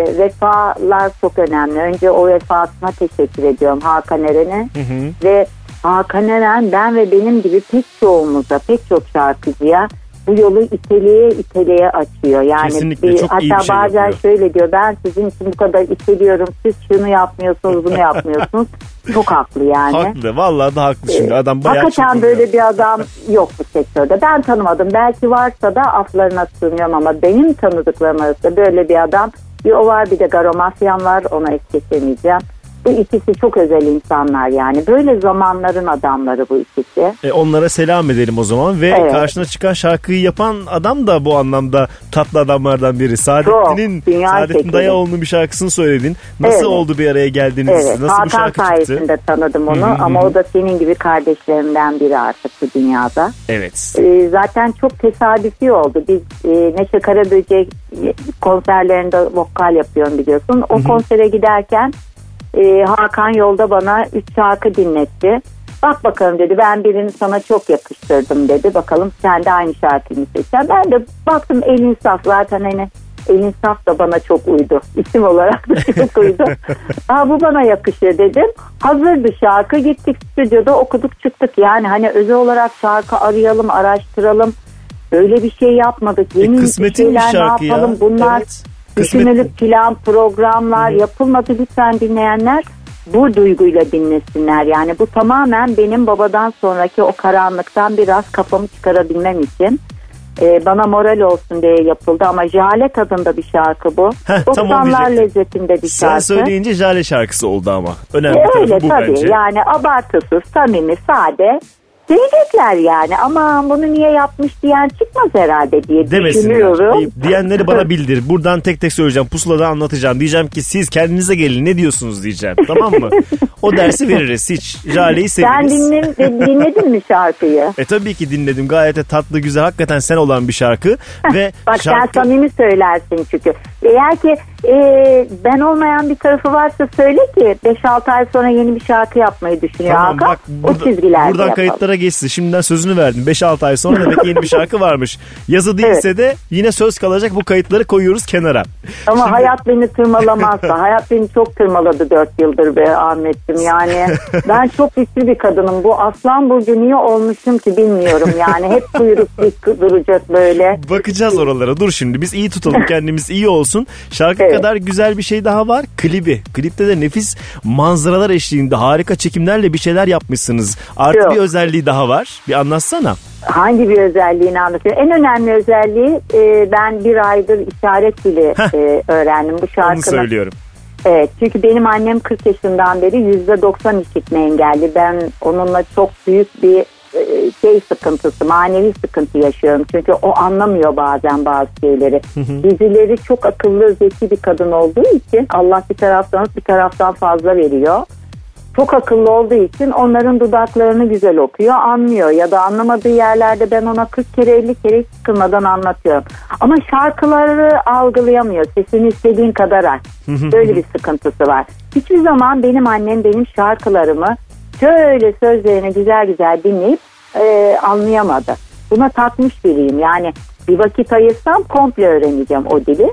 vefalar çok önemli. Önce o vefasına teşekkür ediyorum Hakan Eren'e. Hı hı. Ve Hakan Eren ben ve benim gibi pek çoğumuza, pek çok şarkıcıya bu yolu iteleye iteleye açıyor. Yani Kesinlikle, bir, çok hatta iyi bir şey bazen yapıyor. şöyle diyor, ben sizin için bu kadar iteliyorum, siz şunu yapmıyorsunuz, bunu yapmıyorsunuz. Çok haklı yani. Haklı. Vallahi da haklı şimdi. Adam bayağı Hakikaten çırpınıyor. böyle bir adam yok bu sektörde. Ben tanımadım. Belki varsa da aflarına sığınıyorum ama benim tanıdıklarım arasında böyle bir adam, bir o var, bir de Garo Mafyan var, ona es geçemeyeceğim. Bu ikisi çok özel insanlar yani. Böyle zamanların adamları bu ikisi. E, onlara selam edelim o zaman ve Evet. karşına çıkan şarkıyı yapan adam da bu anlamda tatlı adamlardan biri. Saadettin'in Çok, dünya Saadettin şekeri. Dayaoğlu'nun bir şarkısını söyledin. Nasıl Evet. oldu bir araya geldiniz? Evet, Nasıl bu Hakan şarkı sayesinde çıktı? tanıdım onu Hı hı ama hı. o da senin gibi kardeşlerimden biri artık bu dünyada. Evet. Ee, zaten çok tesadüfi oldu. Biz e, Neşe Karaböcek e, konserlerinde vokal yapıyorum biliyorsun. O Hı hı. konsere giderken e, Hakan yolda bana üç şarkı dinletti. Bak bakalım dedi, ben birini sana çok yakıştırdım dedi. Bakalım sen de aynı şarkıyı seçeceksin. Ben de baktım Elin Saf, zaten hani Elin Saf da bana çok uydu. İsim olarak da çok uydu. Aa, bu bana yakışır dedim. Hazırdı şarkı, gittik stüdyoda okuduk çıktık. Yani hani özel olarak şarkı arayalım, araştıralım. Öyle bir şey yapmadık. Yeni E, bir kısmetin bir şeyler ne şarkı ya. yapalım? Bunlar Evet. düşünülüp plan, programlar yapılmadı. Lütfen dinleyenler bu duyguyla dinlesinler. Yani bu tamamen benim babadan sonraki o karanlıktan biraz kafamı çıkarabilmem için e, bana moral olsun diye yapıldı. Ama Jale tadında bir şarkı bu. Heh, tam onu doksanlar diyecektim. lezzetinde bir Sen şarkı. söyleyince Jale şarkısı oldu ama. Önemli E, bir öyle tarafı bu tabii. bence. Yani abartısız, samimi, sade. Sevecekler yani, ama bunu niye yapmış diyen çıkmaz herhalde diye Demesinler. düşünüyorum. Ayıp. Diyenleri bana bildir. Buradan tek tek söyleyeceğim. Pusulada anlatacağım. Diyeceğim ki siz kendinize gelin, ne diyorsunuz diyeceğim. Tamam mı? O dersi veririz. Hiç Jale'yi Sen severiz. dinle, dinledin mi şarkıyı? E tabii ki dinledim. Gayet de tatlı, güzel. Hakikaten sen olan bir şarkı. Ve Bak şarkı... sen samimi söylersin çünkü. Eğer ki e, ben olmayan bir tarafı varsa söyle ki beş altı ay sonra yeni bir şarkı yapmayı düşünüyor Tamam, Hakan. bak, O burada- çizgilerde Buradan yapalım. kayıtlara geçsin. Şimdiden sözünü verdim. beş altı ay sonra demek ki yeni bir şarkı varmış. Yazı değilse de yine söz kalacak. Bu kayıtları koyuyoruz kenara. Ama Şimdi- hayat beni tırmalamazsa. Hayat beni çok tırmaladı dört yıldır be Ahmet'cim. Yani ben çok güçlü bir kadınım. Bu Aslan Burcu niye olmuşum ki bilmiyorum. Yani hep kuyruk dik duracak böyle. Bakacağız oralara. Dur şimdi. Biz iyi tutalım. Kendimiz iyi olsun. Şarkı Evet. kadar güzel bir şey daha var. Klibi. Klipte de nefis manzaralar eşliğinde harika çekimlerle bir şeyler yapmışsınız. Artı Yok. bir özelliği daha var. Bir anlatsana. Hangi bir özelliğini anlatıyor? En önemli özelliği e, ben bir aydır işaret dili e, öğrendim bu Onu şarkının. söylüyorum. Evet, çünkü benim annem kırk yaşından beri yüzde doksan işitme engelli. Ben onunla çok büyük bir e, şey sıkıntısı, manevi sıkıntı yaşıyorum. Çünkü o anlamıyor bazen bazı şeyleri. Dizileri çok akıllı, zeki bir kadın olduğu için Allah bir taraftan bir taraftan fazla veriyor. Çok akıllı olduğu için onların dudaklarını güzel okuyor, anlıyor. Ya da anlamadığı yerlerde ben ona kırk kere elli kere hiç sıkılmadan anlatıyorum. Ama şarkıları algılayamıyor. Sesini istediğin kadar aç. Böyle bir sıkıntısı var. Hiçbir zaman benim annem benim şarkılarımı şöyle sözlerini güzel güzel dinleyip e, anlayamadı. Buna takmış biriyim. Yani bir vakit ayırsam komple öğreneceğim o dili.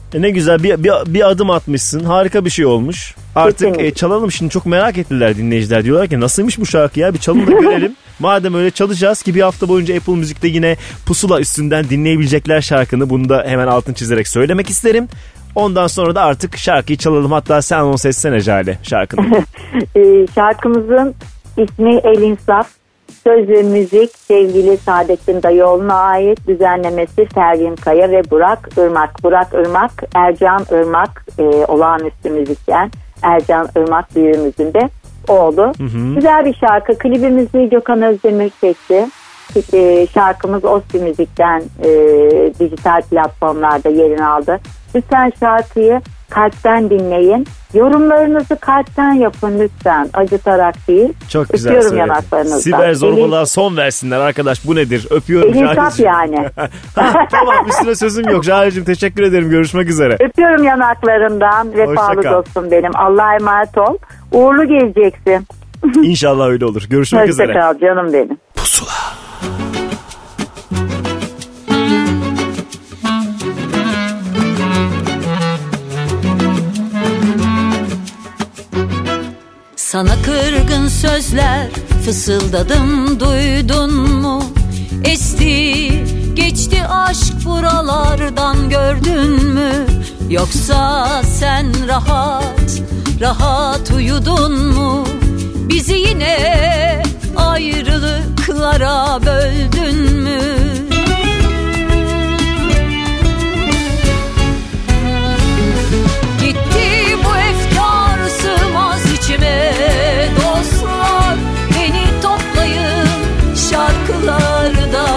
E ne güzel bir, bir, bir adım atmışsın. Harika bir şey olmuş. Artık e, çalalım şimdi, çok merak ettiler dinleyiciler. Diyorlar ki nasılmış bu şarkı ya, bir çalın da görelim. Madem öyle çalacağız ki bir hafta boyunca Apple Müzik'te yine Pusula üstünden dinleyebilecekler şarkını. Bunu da hemen altını çizerek söylemek isterim. Ondan sonra da artık şarkıyı çalalım. Hatta sen anons etsene Jale şarkını. e, şarkımızın ismi El İnsaf. Söz ve müzik sevgili Saadettin Dayıoğlu'na ait, düzenlemesi Fergin Kaya ve Burak Irmak. Burak Irmak, Ercan Irmak e, olağanüstü müzisyen. Ercan Irmak büyüğümüzün de oğlu. Hı hı. Güzel bir şarkı. Klibimizi Gökhan Özdemir çekti. E, şarkımız Ossi Müzik'ten e, dijital platformlarda yerini aldı. Lütfen şarkıyı kalpten dinleyin. Yorumlarınızı kalpten yapın lütfen. Acıtarak değil. Çok güzel Öpüyorum söyledin. yanaklarınızdan. Siber zorbalığa son versinler arkadaş. Bu nedir? Öpüyorum Jale'cim. Elisap yani. Ha, tamam, üstüne sözüm yok. Jale'cim teşekkür ederim. Görüşmek üzere. Öpüyorum yanaklarından. Vefalı dostum benim. Allah'a emanet ol. Uğurlu geleceksin. İnşallah öyle olur. Görüşmek Hoşça üzere. Hoşça kal canım benim. Pusula. Sana kırgın sözler fısıldadım, duydun mu? Esti geçti aşk buralardan, gördün mü? Yoksa sen rahat rahat uyudun mu? Bizi yine ayrılıklara böldün mü? Gitti bu efkar, sığmaz içime. Dostlar beni toplayın şarkılarda.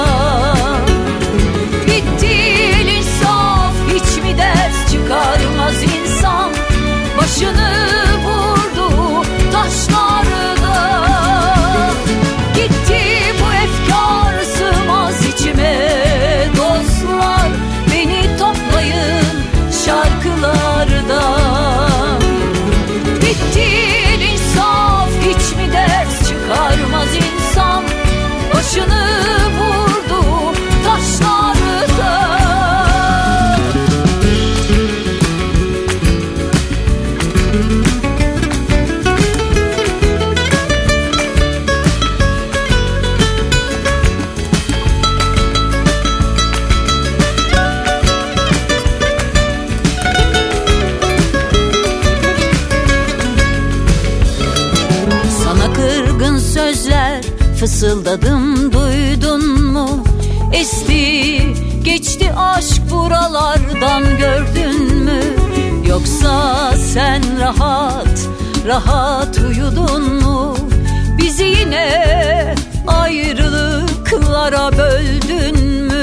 Bitti el insaf, hiç mi ders çıkarmaz insan? Başını vurdu taşlarda. Gitti bu efkar, sığmaz içime. Dostlar beni toplayın şarkılarda. Bitti el insaf, hiç mi ders çıkarmaz insan? Başını vurdu taşlarda. Sözler fısıldadım, duydun mu? Esti geçti aşk buralardan, gördün mü? Yoksa sen rahat rahat uyudun mu? Bizi yine ayrılıklara böldün mü?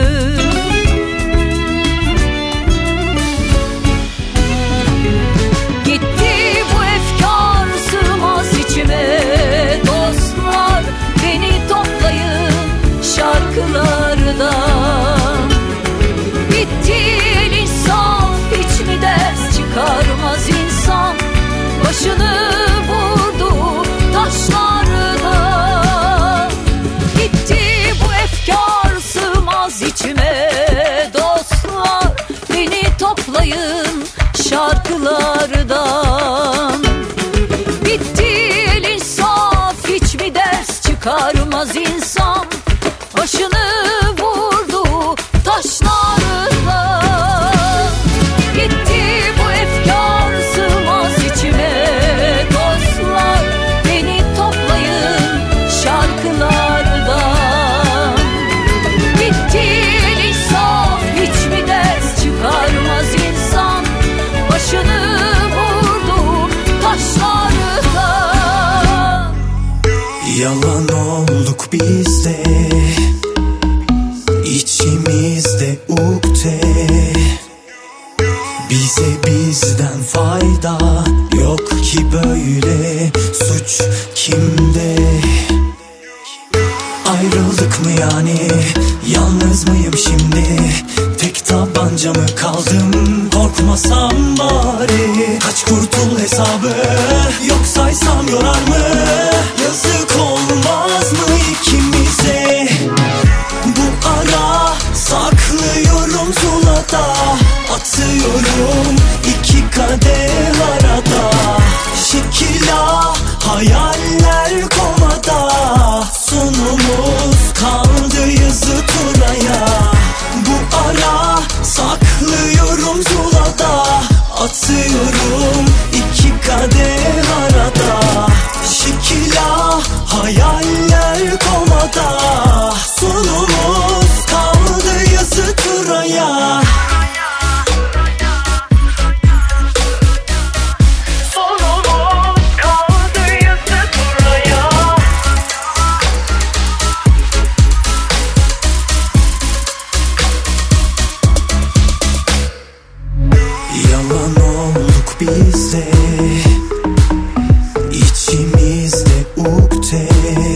Gitti bu efkar, sığmaz içime. Dostlar beni toplayın şarkılarda. Bitti el insaf, hiç mi ders çıkarmaz insan? Başını vurdu taşlarda. Gitti bu efkar, sığmaz içime. Dostlar beni toplayın şarkılardan. Bitti el insaf, hiç mi ders çıkarmaz insan? Başını vurdu taşlarda. Gitti bu efkar, sığmaz içime. Dostlar beni toplayın şarkılardan. Bitti el insaf, hiç mi ders çıkarmaz insan? Başını vurdu taşlardan. Yalan olduk biz de, içimizde ukde. Bize bizden fayda yok ki, böyle suç kimde? Ayrıldık mı yani? Yalnız mıyım şimdi? Tek tabanca mı kaldım? Korkmasam bari. Kaç kurtul hesabı? Yok saysam yorar mı? Yazık olmaz mı ikimize? Bu ara saklıyorum zulada, atıyorum salıyorum iki kadeh arada. Şekila hayaller komada, sonumuz kaldı yazı turaya. Bizde içimizde ukde,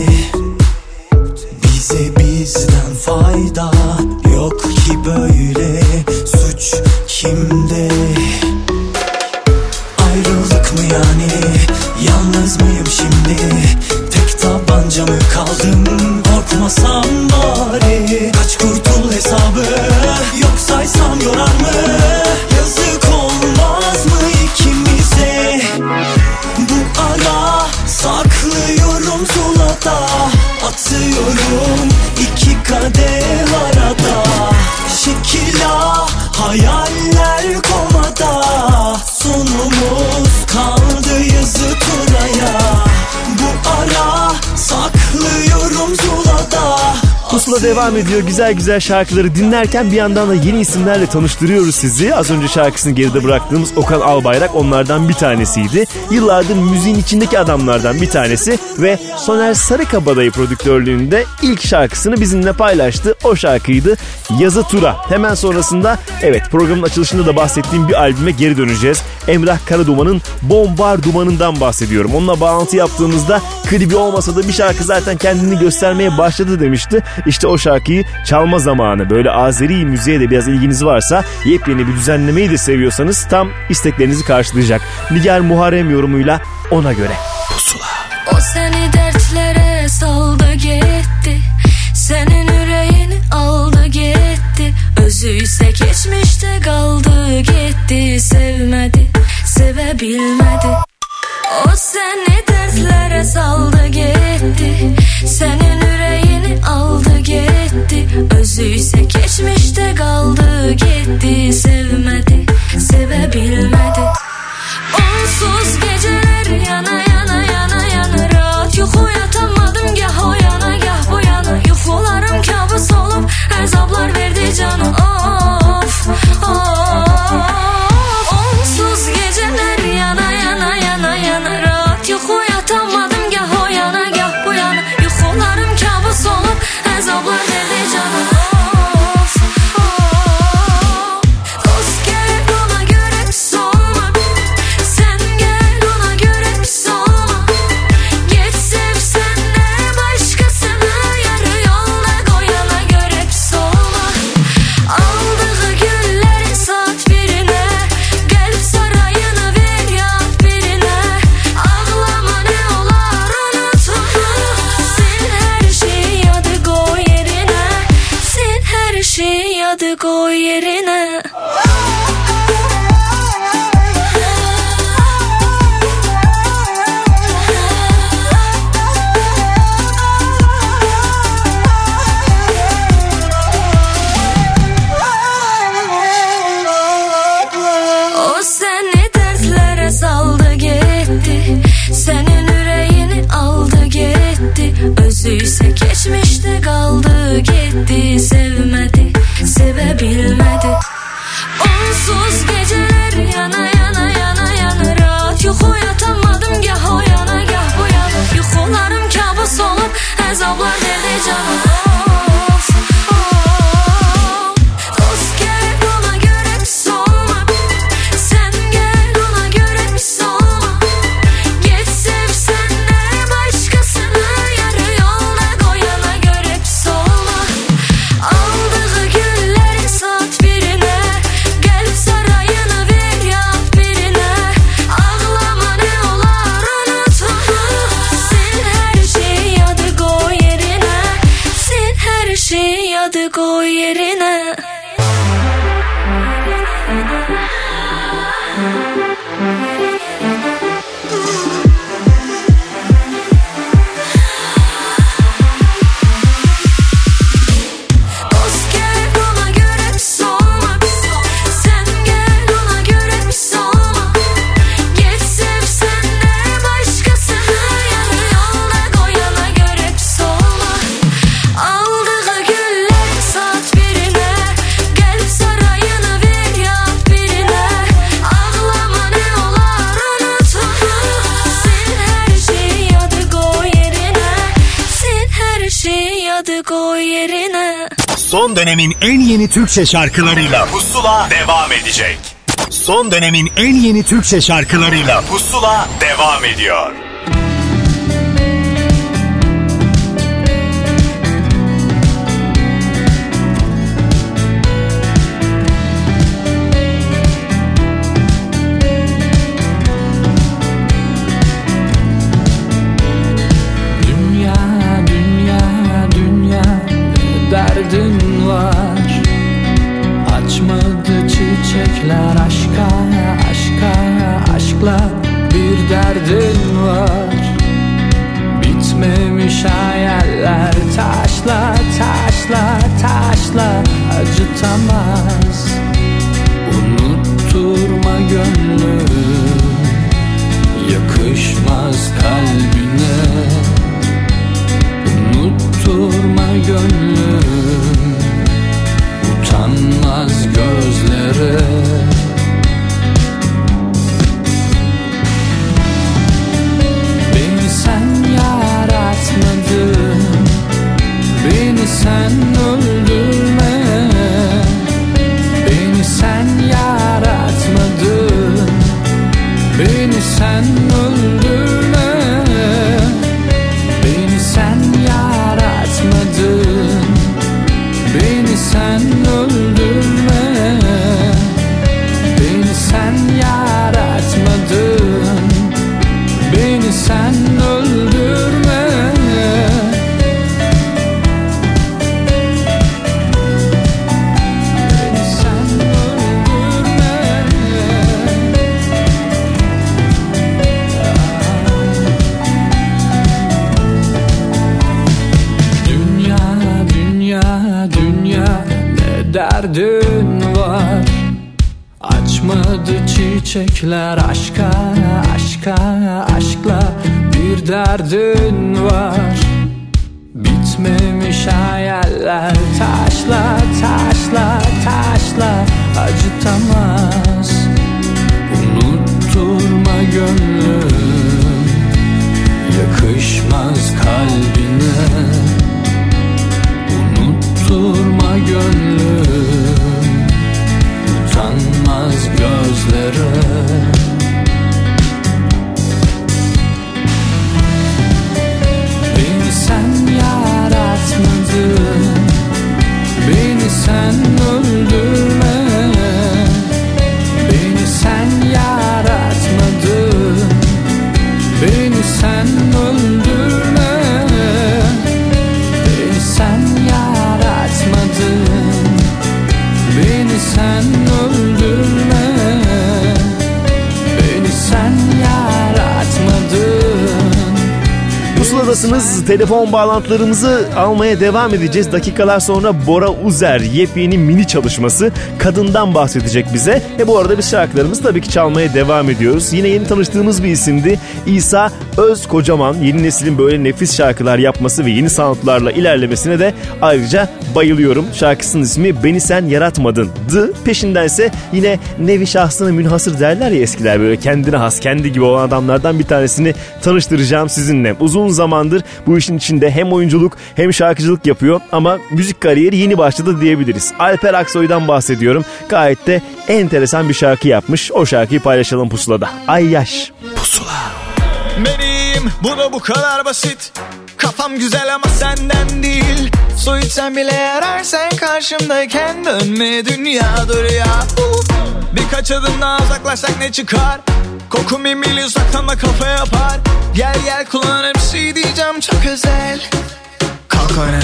bize bizden fayda yok ki böyle, suç kimde? Ayrıldık mı yani, yalnız mıyım şimdi? Tek tabanca mı kaldım, korkmasam bari. Kaç kurtul hesabı, yok saysam yorar mı? Yazık olmaz mı ikimize? Bu ara saklıyorum zulada, atıyorum iki kadeh arada. Şekila hayaller komada, sonumuz kaldı yazı turaya. Bu ara saklıyorum zulada. Pusula devam ediyor. Güzel güzel şarkıları dinlerken bir yandan da yeni isimlerle tanıştırıyoruz sizi. Az önce şarkısını geride bıraktığımız Okan Albayrak onlardan bir tanesiydi. Yıllardır müziğin içindeki adamlardan bir tanesi ve Soner Sarıkabadayı prodüktörlüğünde ilk şarkısını bizimle paylaştı. O şarkıydı Yazı Tura. Hemen sonrasında evet programın açılışında da bahsettiğim bir albüme geri döneceğiz. Emrah Karaduman'ın Bombardumanı'ndan bahsediyorum. Onunla bağlantı yaptığımızda klibi olmasa da bir şarkı zaten kendini göstermeye başladı demişti. İşte o şarkıyı çalma zamanı. Böyle Azeri müziğe de biraz ilginiz varsa, yepyeni bir düzenlemeyi de seviyorsanız tam isteklerinizi karşılayacak. Nigar Muharrem yorumuyla Ona Göre. Pusula. O seni dertlere saldı gitti, senin yüreğini aldı gitti. Özüyse geçmişte kaldı gitti, sevmedi, sevebilmedi. O seni dertlere saldı gitti, senin yüreğini aldı gitti. Özüyse geçmişte kaldı gitti, sevmedi, sevebilmedi. Onsuz geceler yana yana yana yana, rahat yuxu yatamadım, gah o yana gah bu yana. Yuxularım kabus olup əzablar verdi canım, of of. Onsuz geceler yana yana yana yana, rahat yuxu yatamadım, gah o yana gah bu yana. Yuxularım kabus olup əzablar verdi canım, of of. Dost gel ona göre pis olma, sen gel ona göre pis olma. Geç sevsen de başkasını, yarı yolda koyana göre pis olma. Aldığı güllerin saat birine, kalp sarayını ver yat birine. Ağlama ne olar unutma, sil her şeyi yadı koy yerine, sil her şeyi yadı koy yerine. O seni dertlere saldı gitti, senin yüreğini aldı gitti. Özüyse geçmişte kaldı gitti, sevmedi, sevebilmedi. Onsuz geceler yana yana yana yana, rahat yuxu yatamadım, gah o yana gah bu yana. Yuxularım kabus olup əzablar verdi canım, of of. Dost gel ona göre pis olma, sen gel ona göre pis olma. Geç sevsen de başkasını, yarı yolda koyana göre pis olma. Aldığı güllerin saat birine, kalp sarayını ver yat birine. Ağlama ne olar unutma, sil her şeyi yadı koy yerine, sil her şeyi yadı koy yerine. Dost gel ona göre pis olma, sen gel ona göre pis olma. Son dönemin en yeni Türkçe şarkılarıyla Pusula devam edecek. Son dönemin en yeni Türkçe şarkılarıyla Pusula devam ediyor. Derdin var, açmadı çiçekler aşka, aşka, aşkla bir derdin var. Bitmemiş hayaller taşla, taşla, taşla acıtamaz. Unutturma gönlüm, yakışmaz kalbine. Unutturma gönlüm, utanmaz gözlere. Beni sen yaratmadın, beni sen öldürme. Beni sen yaratmadın, beni sen öldürme. Beni sen yaratmadın, beni sen öldürme. Beni sen yaratmadın, beni sen öldürme. Beni sen öldürme. Dünya, dünya, dünya ne derdin var? Açmadı çiçekler aşka, aşka, aşkla bir derdin var. Bitmemiş hayaller taşla, taşla, taşla acıtamaz. Unutturma gönlüm, yakışmaz kalbine. Unutturma gönlüm, utanmaz gözlere. Beni sen yaratmadın, beni sen öldürme. Beni sen yaratmadın, beni sen öldürme. Beni sen yaratmadın, beni sen öldürme. Beni sen yaratmadın. Pusuladasınız. Telefon bağlantılarımızı almaya devam edeceğiz. Dakikalar sonra Bora Uzer yepyeni mini çalışması Kadından bahsedecek bize. E bu arada biz şarkılarımızı tabii ki çalmaya devam ediyoruz. Yine yeni tanıştığımız bir isimdi. İsa Özkocaman. Yeni neslin böyle nefis şarkılar yapması ve yeni soundlarla ilerlemesine de ayrıca bayılıyorum. Şarkısının ismi Beni Sen Yaratmadın'dı. Peşindense yine nevi şahsına münhasır derler ya eskiler, böyle kendine has, kendi gibi olan adamlardan bir tanesini tanıştıracağım sizinle. Uzun zamandır bu işin içinde hem oyunculuk hem şarkıcılık yapıyor ama müzik kariyeri yeni başladı diyebiliriz. Alper Aksoy'dan bahsediyorum. Gayet de enteresan bir şarkı yapmış. O şarkıyı paylaşalım Pusula'da. Ay yaş. Pusula. Benim bu da bu kadar basit. Kafam güzel ama senden değil. Su içsen bile yarar sen karşımdayken. Dönme dünyadır ya. uh. Birkaç adım daha uzaklaşsak ne çıkar? Kokun bir mil uzaktan da kafa yapar. Gel gel kullanır bir şey diyeceğim çok özel. Kalk oyna.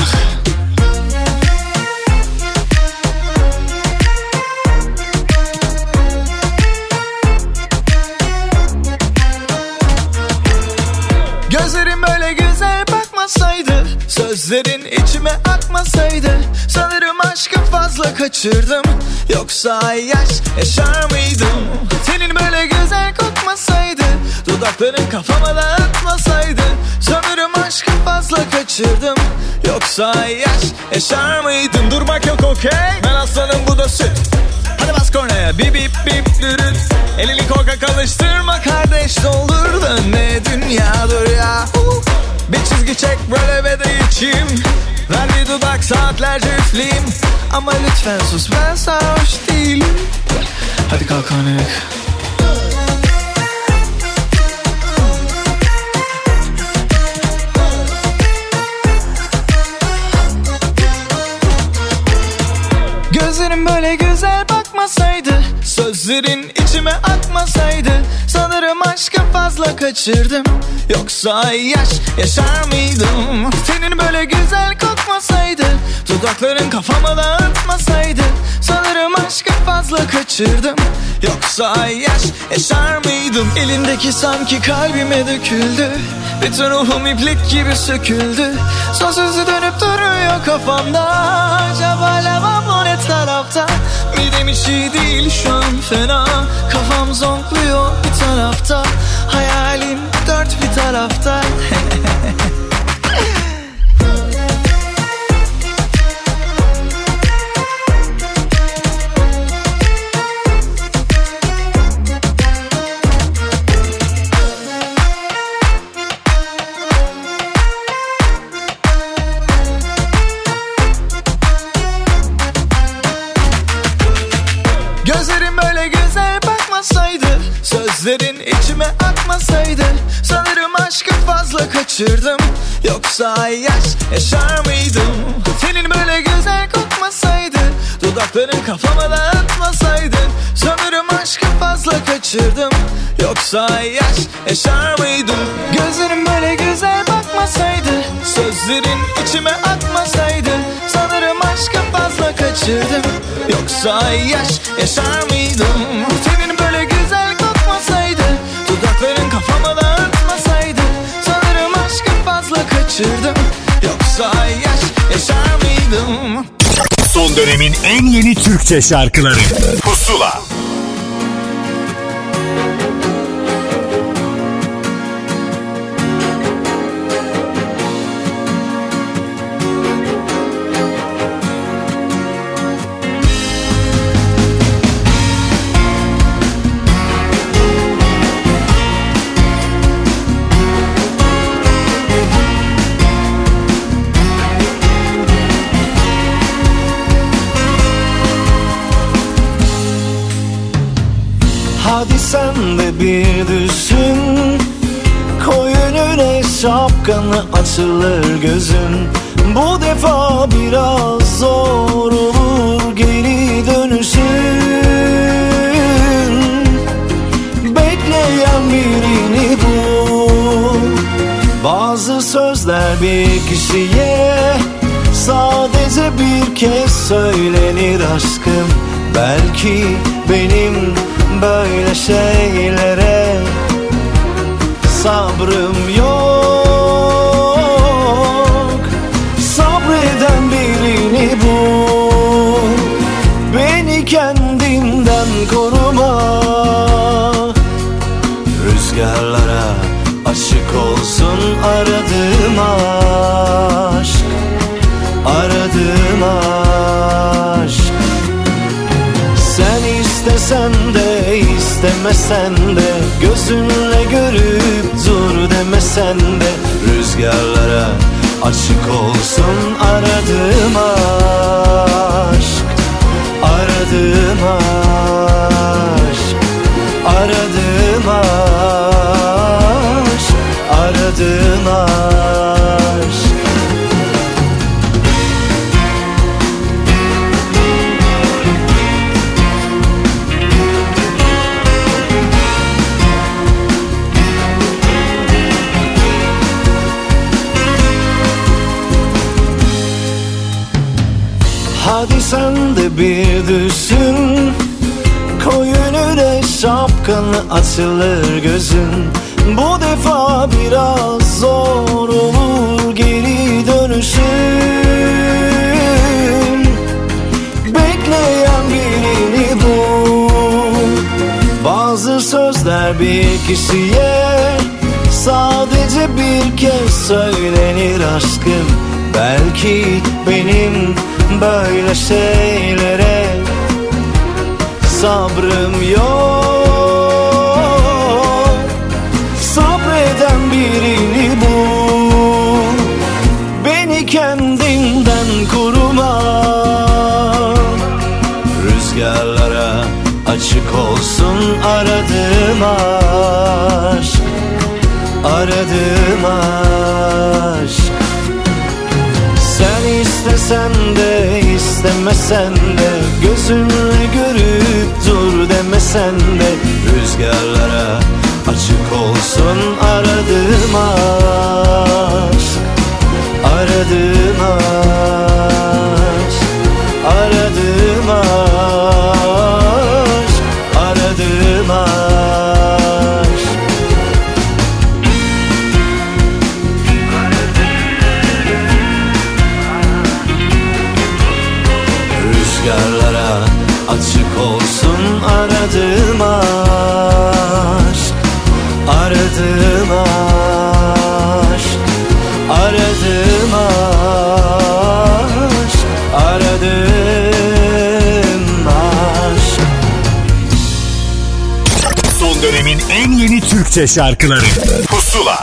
Gözlerim böyle güzel bakmasaydı, sözlerin içime akmasaydı, sanırım aşkı fazla kaçırdım. Yoksa yaş yaşar mıydım? Senin böyle güzel kokmasaydı, dudakların kafama dağıtmasaydı, sanırım aşkı fazla kaçırdım. Yoksa yaş yaşar mıydım? Durmak yok okey, ben aslanım bu da süt. Hadi bas kornaya bip bip bip dürüt. Elini korkak alıştırma kardeş, doldur dönme dünyadır ya. uh. Bir çizgi çek böyle ve de içim. Ver bir dudak saatlerce üfleyeyim. Ama lütfen sus, ben sarhoş değilim. Hadi kalk Hanek. Gözlerim böyle güzel bakmasaydı, sözlerin içime akmasaydı, sanırım aşkı fazla kaçırdım. Yoksa yaş yaşar mıydım? Senin böyle güzel kokmasaydı, dudakların kafama dağıtmasaydı, sanırım aşkı fazla kaçırdım. Yoksa yaş yaşar mıydım? Elindeki sanki kalbime döküldü, bütün ruhum iplik gibi söküldü. Son sözü dönüp duruyor kafamda, acaba lavabo ne tarafta? Midem hiç iyi değil şu an fena, kafam zonkluyor bir tarafta, hayalim dört bir tarafta. Gözlerim böyle güzel bakmasaydı, sözlerin içime akmasaydı, sanırım aşkı fazla kaçırdım. Yoksa yaş yaşar mıydım? Senin böyle güzel kokmasaydı, dudakların kafama dağıtmasaydı, sanırım aşkı fazla kaçırdım. Yoksa yaş yaşar mıydım? Gözlerim böyle güzel bakmasaydı, sözlerin içime akmasaydı, sanırım aşkı fazla kaçırdım. Yoksa yaş yaşar mıydım? Senin böyle güzel kokmasaydı, dudakların kafama dağıtmasaydı, sanırım aşkı fazla kaçırdım. Yoksa yaş yaşar mıydım? Son dönemin en yeni Türkçe şarkıları Pusula. Hadi sen de bir düşün, koy önüne şapkanı, açılır gözün. Bu defa biraz zor olur geri dönüşün. Bekleyen birini bul. Bazı sözler bir kişiye sadece bir kez söylenir aşkım. Belki benim böyle şeylere sabrım yok. Sabreden birini bul, beni kendimden koruma. Rüzgarlara açık olsun aradığım aşk, aradığım aşk. Sen istesen de istemesen de, gözünle görüp dur demesen de, rüzgarlara açık olsun aradığım aşk, aradığım aşk, aradığım aşk, aradığım aşk. Hadi sen de bir düşün, koy önüne şapkanı, açılır gözün. Bu defa biraz zor olur geri dönüşün. Bekleyen birini bul. Bazı sözler bir kişiye sadece bir kez söylenir aşkım. Belki benim böyle şeylere sabrım yok. Sabreden birini bul, beni kendimden koru. aradığım aşk. Sen istesen de istemesen de, gözünle görüp dur demesen de, rüzgarlara açık olsun aradığım aşk. Aradığım aşk, aradığım aşk, aradığım aşk. Rüzgarlara açık olsun aradığım aşk. Aradığım aşk, aradığım aşk, aradığım aşk. Son dönemin en yeni Türkçe şarkıları Pusula.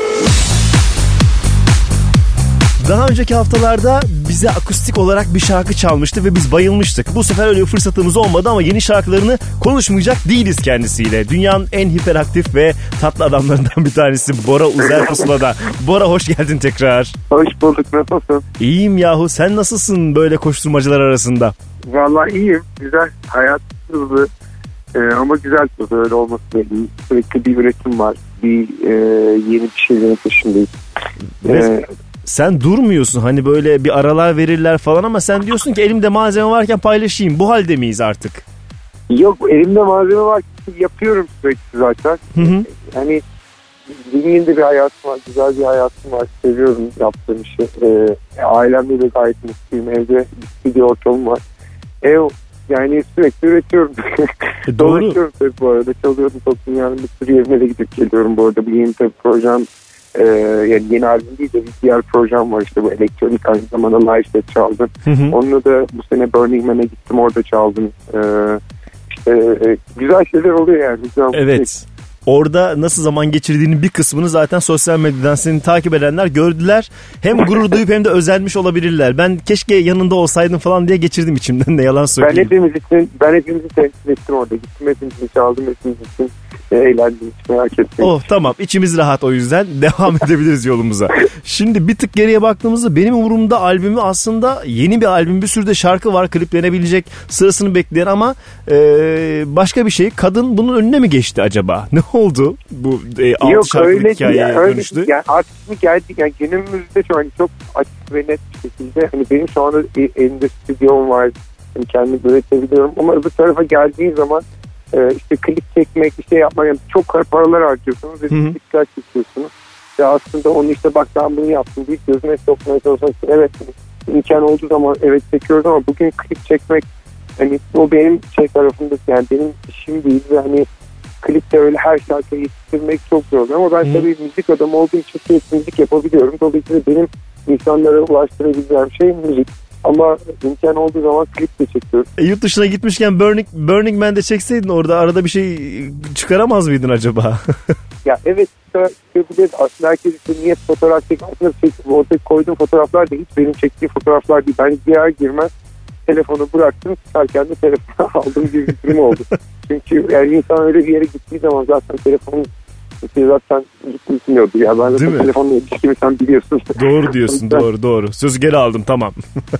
Daha önceki haftalarda bize akustik olarak bir şarkı çalmıştı ve biz bayılmıştık. Bu sefer öyle bir fırsatımız olmadı ama yeni şarkılarını konuşmayacak değiliz kendisiyle. Dünyanın en hiperaktif ve tatlı adamlarından bir tanesi Bora Uzer Pusula'da. Bora hoş geldin tekrar. Hoş bulduk, nasılsın? İyiyim yahu, sen nasılsın böyle koşturmacalar arasında? Vallahi iyiyim, güzel, hayat hızlı ee, ama güzel hızlı, öyle olması değil. Sürekli bir üretim var, bir e, yeni bir şeylerin peşindeyiz. Ee, Sen durmuyorsun, hani böyle bir aralar verirler falan ama sen diyorsun ki elimde malzeme varken paylaşayım. Bu halde miyiz artık? Yok, elimde malzeme var, yapıyorum sürekli zaten. Hı hı. Yani zengin de bir hayatım var, güzel bir hayatım var, seviyorum yaptığım işi. Ee, ailemle de gayet mutluyum, evde bir stüdyo ortamım var. Ev, yani sürekli üretiyorum. E, doğru. Dolaşıyorum tabii bu arada, çalıyorum çok, dünyanın bir sürü yerine de gidip geliyorum bu arada. Bu yeni tabii projem. Ee, yani yeni albüm değil de bir diğer projem var, işte bu elektronik, aynı zamanda live set çaldım. Hı hı. Onunla da bu sene Burning Man'e gittim, orada çaldım. Ee, işte e, güzel şeyler oluyor yani. Güzel evet. Şey. Orada nasıl zaman geçirdiğinin bir kısmını zaten sosyal medyadan seni takip edenler gördüler. Hem gurur duyup hem de özenmiş olabilirler. Ben keşke yanında olsaydım falan diye geçirdim içimden, de yalan söyleyeyim. Ben hepimiz için, ben hepimizi temsil ettim orada. Gittim, hepimizi çaldım, hepimiz için eğlendim, hiç merak etmeyin. Oh tamam, içimiz rahat, o yüzden devam edebiliriz yolumuza. Şimdi bir tık geriye baktığımızda benim umurumda albümü aslında yeni bir albüm, bir sürü de şarkı var kliplenebilecek, sırasını bekleyen ama e, başka bir şey. Kadın bunun önüne mi geçti acaba? Ne oldu? Bu e, altı şarkılık hikayeye ya, öyle dönüştü. Yani artık mı geldi? Yani günümüzde şu an çok açık ve net bir şekilde, hani benim şu anda elimde stüdyom var, yani kendimi üretebiliyorum ama öbür tarafa geldiği zaman Ee, işte klip çekmek, bir şey yapmak, yani çok paralar harcıyorsunuz ve dikkat çekiyorsunuz. Ve aslında onu işte bak ben bunu yaptım deyip gözüne sokmaya çalışıyorsunuz. Evet, imkan olduğu zaman evet çekiyoruz ama bugün klip çekmek, hani o benim şey tarafımda, yani benim işim değil ve hani klipte öyle her şarkıyı yetiştirmek çok zor. Ama ben Hı. tabii müzik adamı olduğum için sürekli müzik yapabiliyorum. Dolayısıyla benim insanlara ulaştırabileceğim şey müzik. Ama imkan olduğu zaman klip de çekiyoruz. E, yurt dışına gitmişken Burning, Burning Man'de çekseydin orada arada bir şey çıkaramaz mıydın acaba? Ya evet, çıkabilir. Aslında herkes işte niyet fotoğraf çekmesine çektim. Orada koyduğum fotoğraflar da hiç benim çektiğim fotoğraflar değil. Ben girer girmez telefonu bıraktım, çıkarken de telefonu aldım gibi bir durum oldu. Çünkü yani insan öyle bir yere gittiği zaman zaten telefonu zaten gitmiyordu ya. Ben zaten telefonla ilişkimi sen biliyorsun. Doğru diyorsun, doğru doğru. Sözü geri aldım, tamam.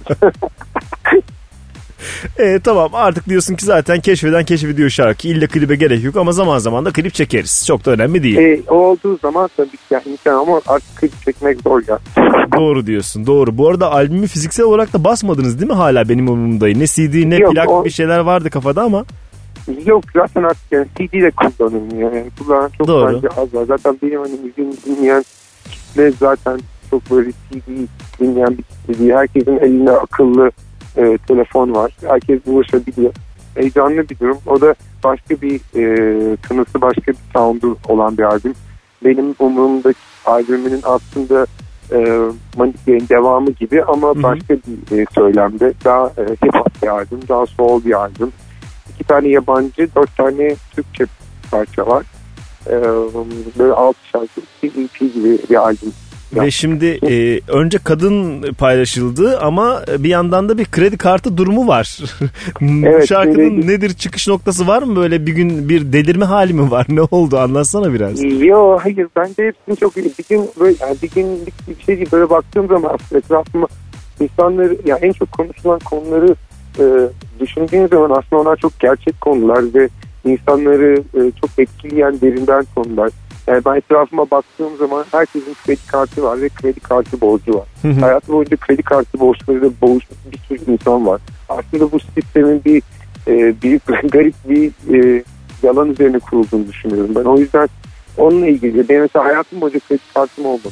e, tamam artık diyorsun ki zaten keşfeden keşfediyor şarkı. İlle klibe gerek yok ama zaman zaman da klip çekeriz. Çok da önemli değil. E, o olduğu zaman tabii ki yani imkan, ama artık klip çekmek zor ya. Doğru diyorsun, doğru. Bu arada albümü fiziksel olarak da basmadınız değil mi hala benim umurumdayım? Ne C D ne yok, plak o... bir şeyler vardı kafada ama. Yok zaten artık yani C D de kullanılmıyor. Yani kullanan çok Doğru. bence az var. Zaten benim hani müziğimi dinleyen kitle zaten çok böyle C D dinleyen bir kitle değil. Herkesin elinde akıllı e, telefon var. Herkes ulaşabiliyor. Heyecanlı bir durum. O da başka bir e, tınısı, başka bir sound'u olan bir albüm. Benim umurumdaki albümünün aslında e, Maniklerin devamı gibi ama Hı-hı. başka bir e, söylemde. Daha e, hip hop bir albüm, daha soul bir albüm. İki tane yabancı, dört tane Türkçe parça var. Ee, böyle altı şarkı, bir E P gibi bir albüm Ve şimdi e, önce kadın paylaşıldı ama bir yandan da bir kredi kartı durumu var. Evet, Bu şarkının şimdi... nedir, çıkış noktası var mı? Böyle bir gün bir delirme hali mi var? Ne oldu? Anlatsana biraz. Yok hayır, bence hepsini çok iyi. Bir gün böyle yani bir günlük bir şey değil. Böyle baktığım zaman etrafıma insanları yani en çok konuşulan konuları e, düşündüğüm zaman aslında onlar çok gerçek konular ve insanları e, çok etkileyen derinden konular. Yani ben etrafıma baktığım zaman herkesin kredi kartı var ve kredi kartı borcu var. Hayatı boyunca kredi kartı borçlarıyla boğuşmuş bir sürü insan var. Aslında bu sistemin bir e, büyük garip bir e, yalan üzerine kurulduğunu düşünüyorum. Ben o yüzden onunla ilgili benim mesela hayatım boyunca kredi kartım olmadı.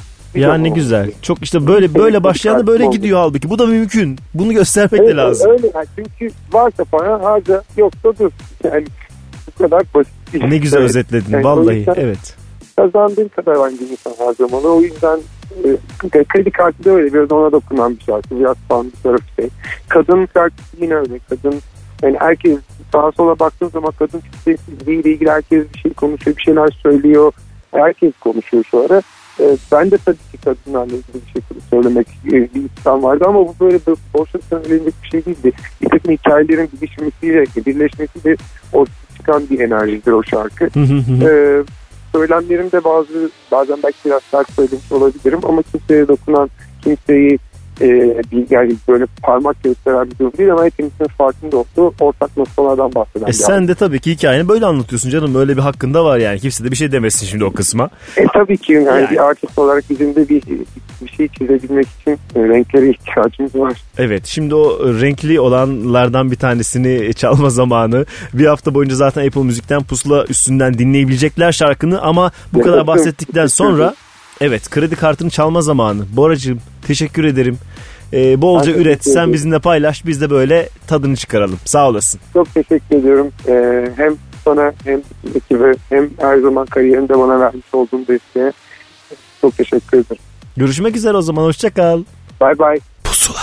Ya ne güzel. Çok işte böyle böyle başlayan da böyle gidiyor halbuki. Bu da mümkün. Bunu göstermek evet, de lazım. Öyle yani. Çünkü varsa para harca, yoksa dur. Yani bu kadar basit. Ne güzel evet. özetledin yani vallahi. Evet. Kazandığın kadar hangi insan harcamalı. O yüzden e, kredi kartı da öyle biraz ona dokunan bir şarkı. Biraz falan bir tarafı şey. Kadın şarkısı yine öyle. Kadın yani herkes sağa sola baktığın zaman kadın sessizliğiyle ilgili herkes bir şey konuşuyor, bir şeyler söylüyor. Herkes konuşuyor şu ara. E, ben de tabii ki kadınlarla ilgili bir şey söylemek e, bir insan vardı ama bu böyle boşa söylenecek bir şey değildi. Bir takım hikayelerin birleşmesiyle, birleşmesiyle ortaya çıkan bir enerjidir o şarkı. e, Söylemlerimde bazı bazen belki biraz sert söylemiş olabilirim ama kimseye dokunan, kimseyi e, bir, yani böyle parmak gösteren bir durum değil ama hepimizin farkında olduğu ortak noktalardan bahseden. E sen de tabii ki hikayeni böyle anlatıyorsun canım. Böyle bir hakkında var yani. Kimse de bir şey demesin şimdi o kısma. E tabii ki yani, yani. bir artist olarak bizim de bir, bir şey çizebilmek için renklere ihtiyacımız var. Evet, şimdi o renkli olanlardan bir tanesini çalma zamanı. Bir hafta boyunca zaten Apple Müzik'ten Pusula üstünden dinleyebilecekler şarkını ama bu evet, kadar bahsettikten sonra evet, kredi kartını çalma zamanı. Boracığım teşekkür ederim. Ee, bolca ben üret, sen ederim. Bizimle paylaş, biz de böyle tadını çıkaralım. Sağ olasın. Çok teşekkür ediyorum. Ee, hem sana hem ekibe hem her zaman kariyerimde bana vermiş olduğun desteğe çok teşekkür ederim. Görüşmek üzere o zaman, hoşça kal. Bye bye. Pusula.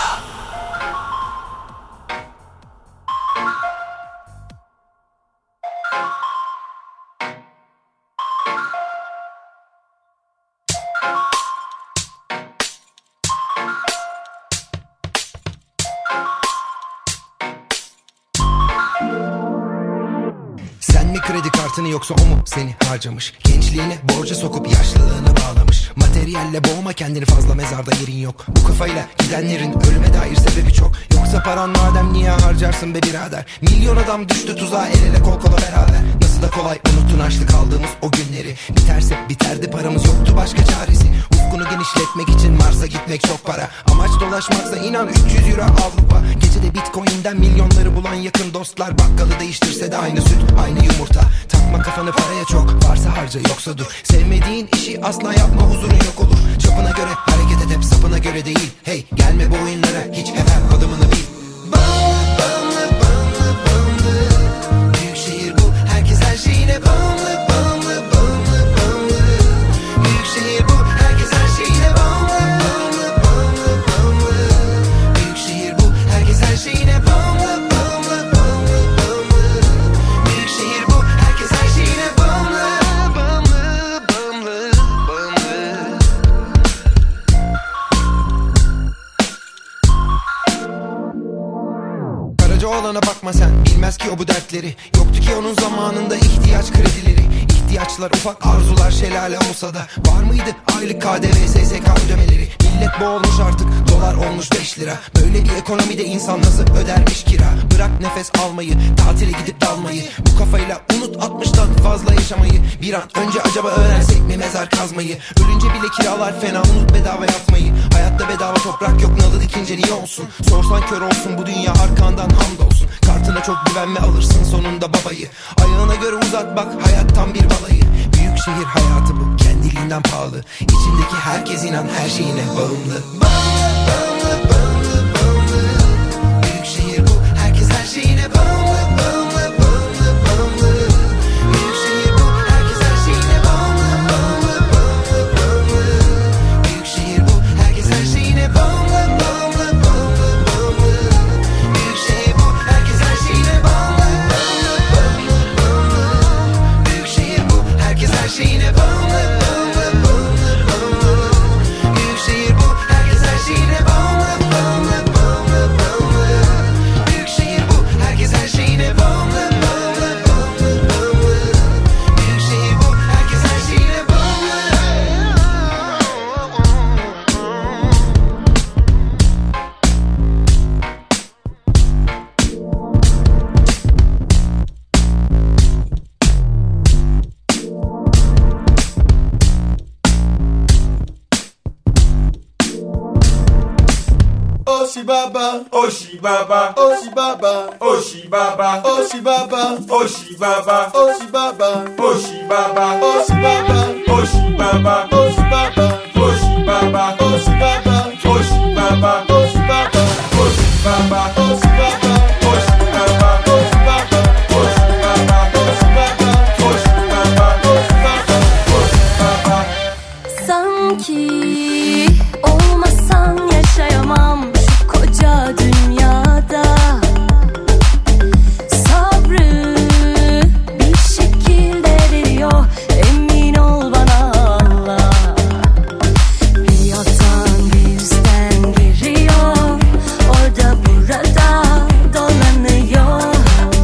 Kredi kartını yoksa o mu seni harcamış? Gençliğini borca sokup yaşlılığını bağlamış. Materyalle boğma kendini, fazla mezarda yerin yok. Bu kafayla gidenlerin ölüme dair sebebi çok. Yoksa paran madem niye harcarsın be birader? Milyon adam düştü tuzağa, el ele kol kola beraber. Nasıl da kolay unuttun açlık aldığımız o günleri. Biterse biterdi, paramız yoktu başka çaresi. Ufkunu genişletmek için Mars'a gitmek çok para. Amaç dolaşmaksa inan üç yüz euro Avrupa. Gecede bitcoin'den milyonları bulan yakın dostlar. Bakkalı değiştirse de aynı süt aynı yumurta. Takma kafanı paraya, çok varsa harca yoksa dur. Sevmediğin işi asla yapma, huzurun yok olur. Çapına göre hareket et, hep sapına göre değil. Hey gelme bu oyunlara, hiç hemen adımını bil. Bağımlı bağımlı bağımlı bağımlı. Büyük şehir bu, herkes her şeyine bağımlı. Bağımlı bağımlı bağımlı. Büyük şehir bu, herkes her şeyine bağımlı. Bağımlı bağımlı bağımlı. Büyük şehir bu, herkes her şeyine bağımlı. Bağımlı bağımlı bağımlı. Büyük şehir bu, herkes her şeyine bağımlı. Bağımlı bağımlı bağımlı. Karaca olana bakma sen, bilmez ki o bu dertleri. Yoktu ki onun zamanında ihtiyaç kredileri. İhtiyaçlar ufak, arzular şelale olsa da var mıydı aylık K D V S S K ödemeleri? Millet boğulmuş artık, dolar olmuş beş lira. Böyle bir ekonomide insan nasıl ödermiş kira? Bırak nefes almayı, tatile gidip dalmayı. Bu kafayla unut altmıştan fazla yaşamayı. Bir an önce acaba öğrensek mi mezar kazmayı? Ölünce bile kiralar fena, unut bedava yatmayı. Hayatta bedava toprak yok, nalı dikince niye olsun? Sorsan kör olsun bu dünya, arkandan hamdolsun. Kartına çok güvenme, alırsın sonunda babayı. Ayağına göre uzat bak, hayattan bir balayı. Büyük şehir hayatı bu, kendiliğinden pahalı. İçindeki herkes inan her şeyine bağımlı. Bağımlı, bağımlı, bağımlı, bağımlı. Büyük şehir bu, herkes her şeyine bağımlı. Bağımlı, bağımlı, bağımlı. Büyük şehir bu, herkes her şeyine bağımlı. Bağımlı, bağımlı, bağımlı. Büyük şehir bu, herkes her şeyine bağımlı. Bağımlı, bağımlı, bağımlı. Büyük şehir bu, herkes her şeyine bağımlı. Bağımlı, bağımlı, bağımlı. Büyük şehir bu, herkes her şeyine bağımlı. Bağımlı, bağımlı, bağımlı. Oshibaba, Oshibaba, Oshibaba, Oshibaba, Oshibaba, Oshibaba, Oshibaba, Oshibaba, Oshibaba, Oshibaba, Oshibaba, Oshibaba, Oshibaba, Oshibaba, Oshibaba, Oshibaba, Oshibaba, Oshibaba. Sanki olmasan yaşayamam şu koca dünyada. Sabrı bir şekilde veriyor, emin ol bana Allah. Bir yatağın yüzden giriyor, orada burada dolanıyor.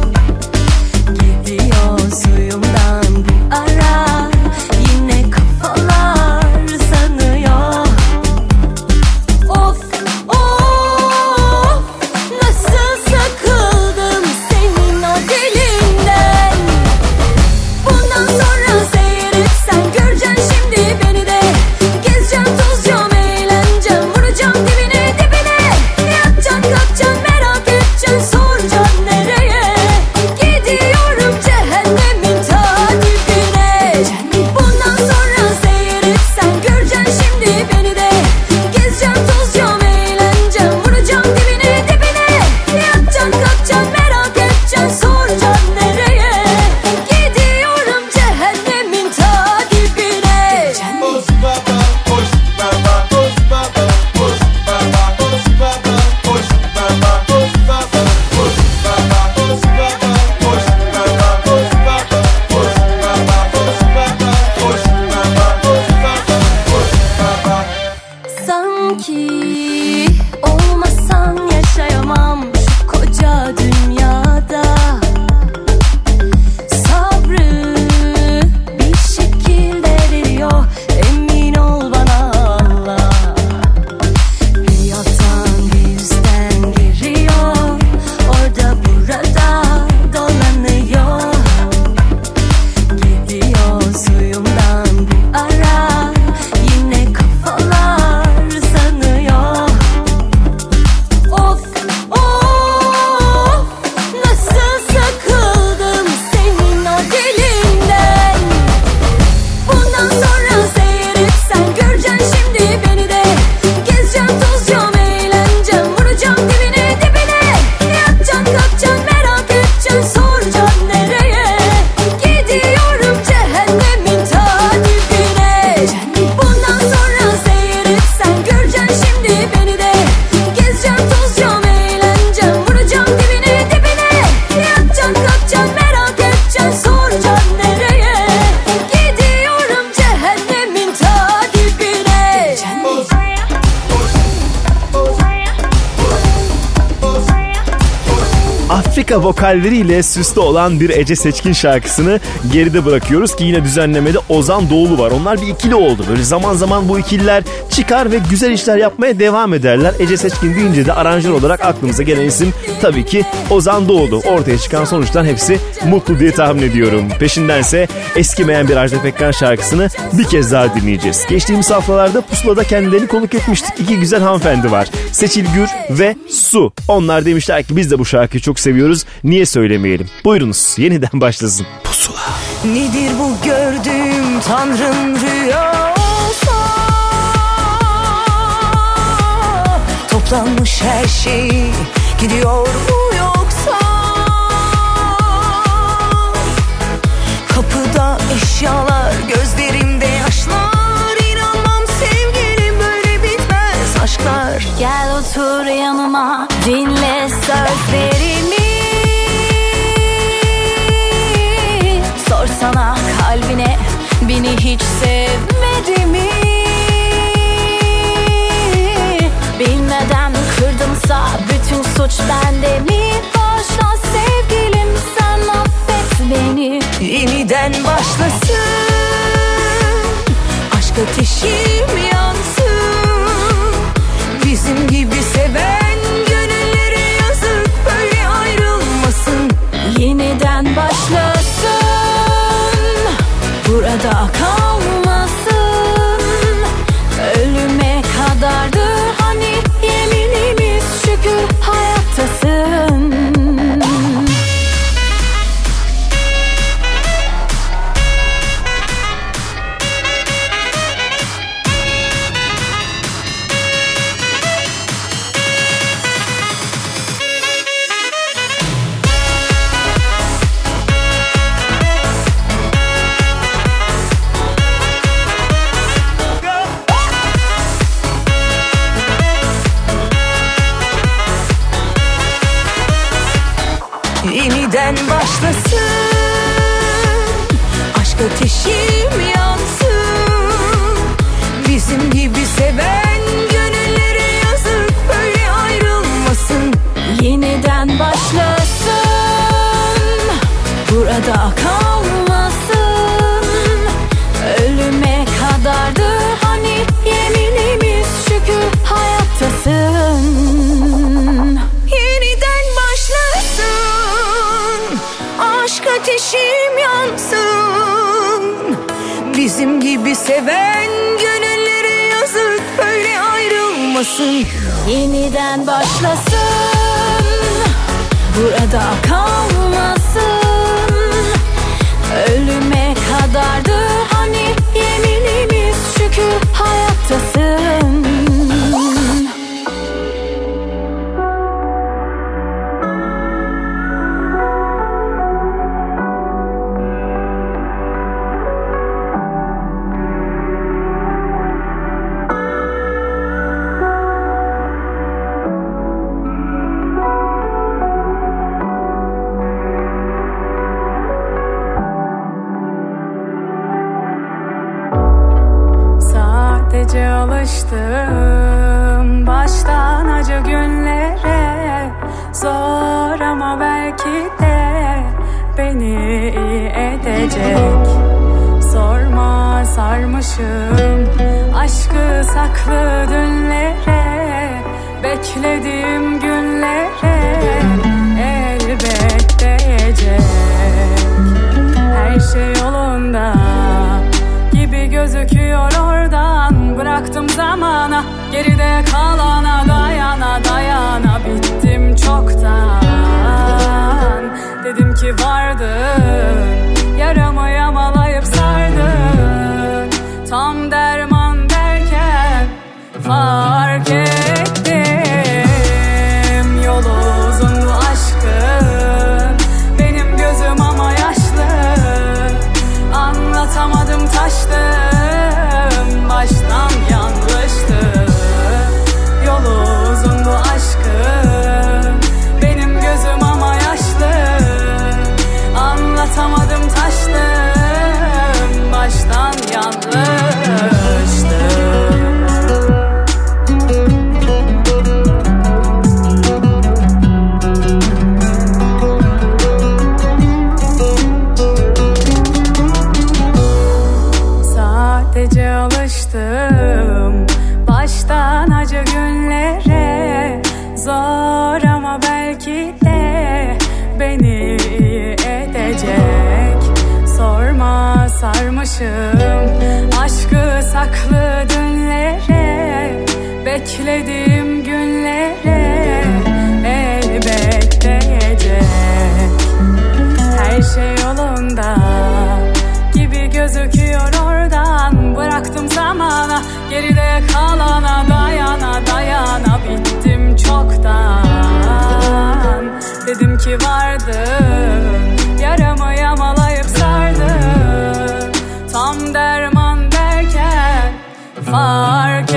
Gidiyor suyumdan bir ara, yine kafalar sanıyor. Of of, nasıl sakıldım senin o dilinden. Bundan sonra seyretsen göreceksin şimdi beni de. Gezeceğim tozacağım eğleneceğim, vuracağım dibine dibine. Yatacaksın kalkacaksın merak edeceksin, soracaksın nereye. Gidiyorum cehennemin ta dibine. Bundan sonra seyretsen göreceksin şimdi beni de. Gezeceğim tozacağım eğleneceğim, vuracağım dibine dibine. Yatacaksın kalkacaksın merak edeceksin, soracaksın nereye. Gidiyorum cehennemin ta dibine. Oshibaba, Oshibaba, Oshibaba, Oshibaba, Oshibaba, Oshibaba, Oshibaba, Oshibaba, Oshibaba, Oshibaba, Oshibaba, Oshibaba, Oshibaba, Oshibaba. Sanki olmasan yaşayamam şu koca dünyada. Sabrı bir şekilde veriyor, emin ol bana Allah. Bir yatağın yüzden giriyor, orada burada dolanıyor. Gidiyor suyumdan bir ara, yine kafalar sanıyor. Of of, nasıl sakıldım senin o dilinden. Bundan sonra seyretsen göreceksin şimdi beni de. Gezeceğim tozacağım eğleneceğim, vuracağım dibine dibine. Yatacaksın kalkacaksın merak edeceksin, soracaksın nereye. Gidiyorum cehennemin ta dibine. Bundan sonra seyretsen göreceksin şimdi beni de. Gezeceğim tozacağım eğleneceğim, vuracağım dibine dibine. Yatacaksın kalkacaksın merak edeceksin, soracaksın nereye. Gidiyorum cehennemin ta dibine. Afrika vokalleriyle süslü olan bir Ece Seçkin şarkısını geride bırakıyoruz ki yine düzenlemede Ozan Doğulu var. Onlar bir ikili oldu. Böyle zaman zaman bu ikililer çıkar ve güzel işler yapmaya devam ederler. Ece Seçkin deyince de aranjör olarak aklımıza gelen isim tabii ki Ozan Doğulu. Ortaya çıkan sonuçtan hepsi mutlu diye tahmin ediyorum. Peşindense eskimeyen bir Ajda Pekkan şarkısını bir kez daha dinleyeceğiz. Geçtiğimiz haftalarda Pusula'da kendilerini konuk etmiştik. İki güzel hanımefendi var. Seçil Gür ve Su. Onlar demişler ki biz de bu şarkıyı çok seviyoruz. Niye söylemeyelim? Buyurunuz yeniden başlasın. Pusula. Nedir bu gördüğüm Tanrım rüyası? Toplanmış her şey gidiyor mu yoksa? Kapıda eşyalar, gözlerimde yaşlar. İnanmam sevgilim böyle bitmez aşklar. Gel otur yanıma, dinle sözlerimi. Sorsana kalbine, beni hiç sevmedi mi? Bilmeden kırdımsa bütün suç bende mi? Bağışla sevgilim, sen affet beni. Yeniden başlasın, aşk ateşim yansın. Bizim gibi seven gönüllere yazık, böyle ayrılmasın. Yeniden başlasın, burada kalmasın. Ölüme kadardı hani yeminimiz, şu şükür hayattasın. Yeniden başlasın, aşk ateşim yansın. Bizim gibi seven gönüllere yazık, böyle ayrılmasın. Yeniden başlasın, burada kalmasın. Ölüme kadardı hani yeminimiz, şükür hayattasın. Yeniden başlasın, aşk ateşim yansın. Bizim gibi seven gönüllere yazık, böyle ayrılmasın. Yeniden başlasın, burada kalmasın. Ölüme kadardı hani yeminimiz, şükür hayattasın. Sadece alıştım baştan acı günlere. Zor ama belki de beni iyi edecek. Sorma sarmışım aşkı saklı dünlere. Beklediğim günlere elbet değecek. Her şey yolunda gibi gözüküyor oradan. Bıraktım zamana, geride kalana, dayana dayana bittim çoktan. Dedim ki vardın, yaramı yamalayıp sardın. Tam derman derken fark ettim yolu uzun bu aşkın. Benim gözüm ama yaşlı, anlatamadım taştım, baştan yanlıştı. Yolu uzun bu aşkın, benim gözüm ama yaşlı, anlatamadım taştım, baştan yanlıştı. Sadece alıştım baştan acı günlere. Zor ama belki de beni iyi edecek. Sorma sarmışım aşkı saklı dünlere. Beklediğim günlere elbet değecek. Her şey yolunda gibi gözüküyor oradan. Bıraktım zamana, geride kalana, dayana dayana bittim çoktan. Dedim ki vardın, yaramı yamalayıp sardın. Tam derman derken fark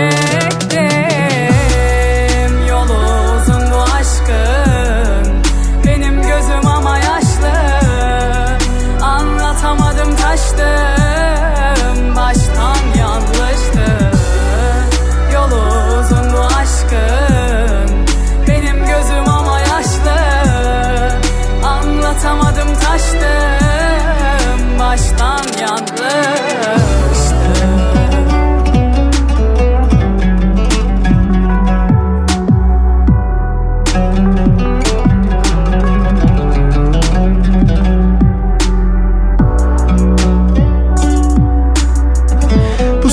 ettim yolu uzun bu aşkın. Benim gözüm ama yaşlı, anlatamadım taştım, baştan yanlıştı. Yolu uzun bu aşkın, benim gözüm ama yaşlı, anlatamadım taştım, baştan yanlıştı.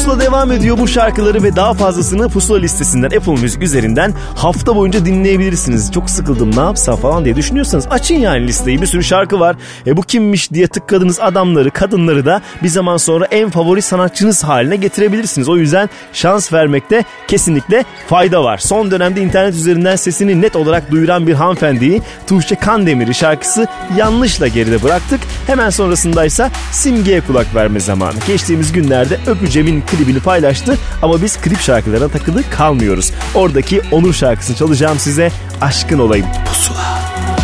Pusula devam ediyor. Bu şarkıları ve daha fazlasını Pusula listesinden, Apple Müzik üzerinden hafta boyunca dinleyebilirsiniz. Çok sıkıldım, ne yapsam falan diye düşünüyorsanız açın yani listeyi. Bir sürü şarkı var. E bu kimmiş diye tıkladığınız adamları, kadınları da bir zaman sonra en favori sanatçınız haline getirebilirsiniz. O yüzden şans vermekte kesinlikle fayda var. Son dönemde internet üzerinden sesini net olarak duyuran bir hanımefendiyi, Tuğçe Kandemir'i şarkısı Yanlış'la geride bıraktık. Hemen sonrasındaysa Simge'ye kulak verme zamanı. Geçtiğimiz günlerde Öpücem'in klibini paylaştı ama biz klip şarkılarına takılı kalmıyoruz. Oradaki Onur şarkısını çalacağım size, Aşkın Olayım. Pusula.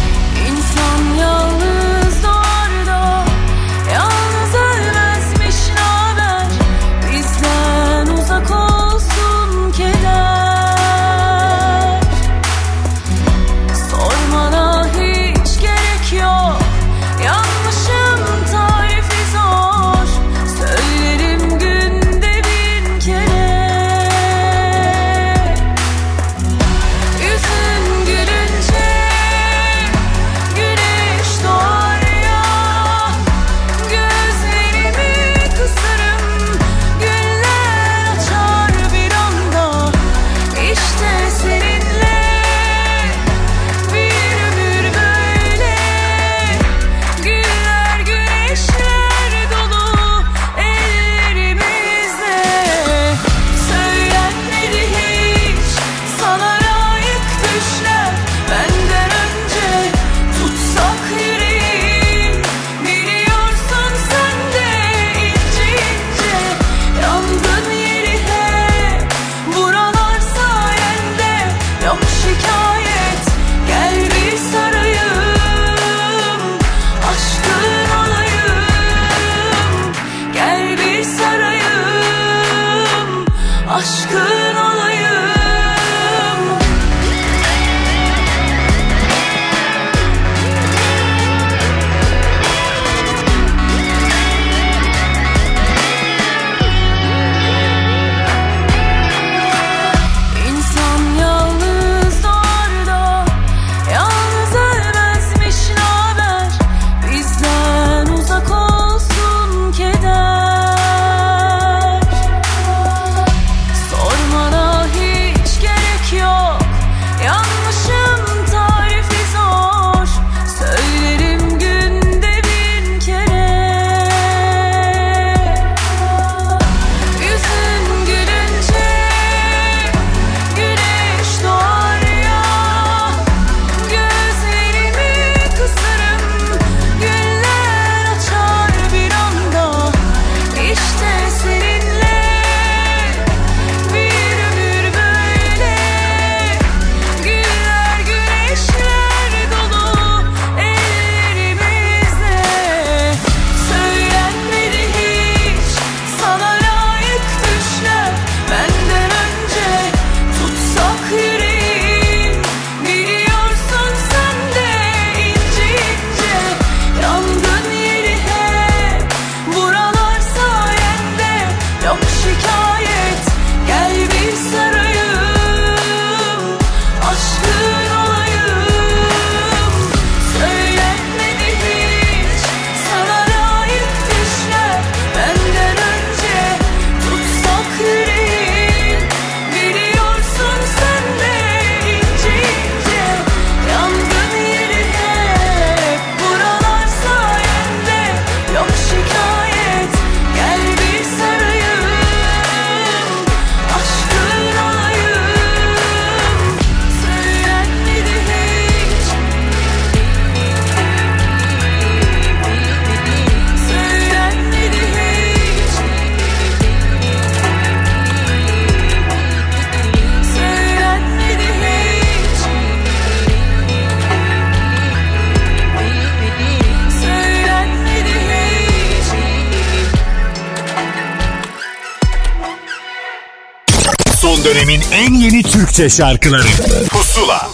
Son dönemin en yeni Türkçe şarkıları Pusula.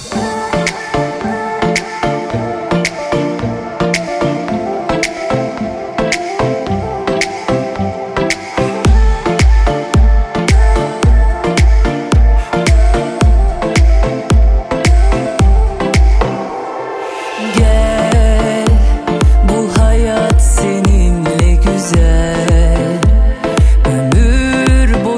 Hayat seninle güzel, ömür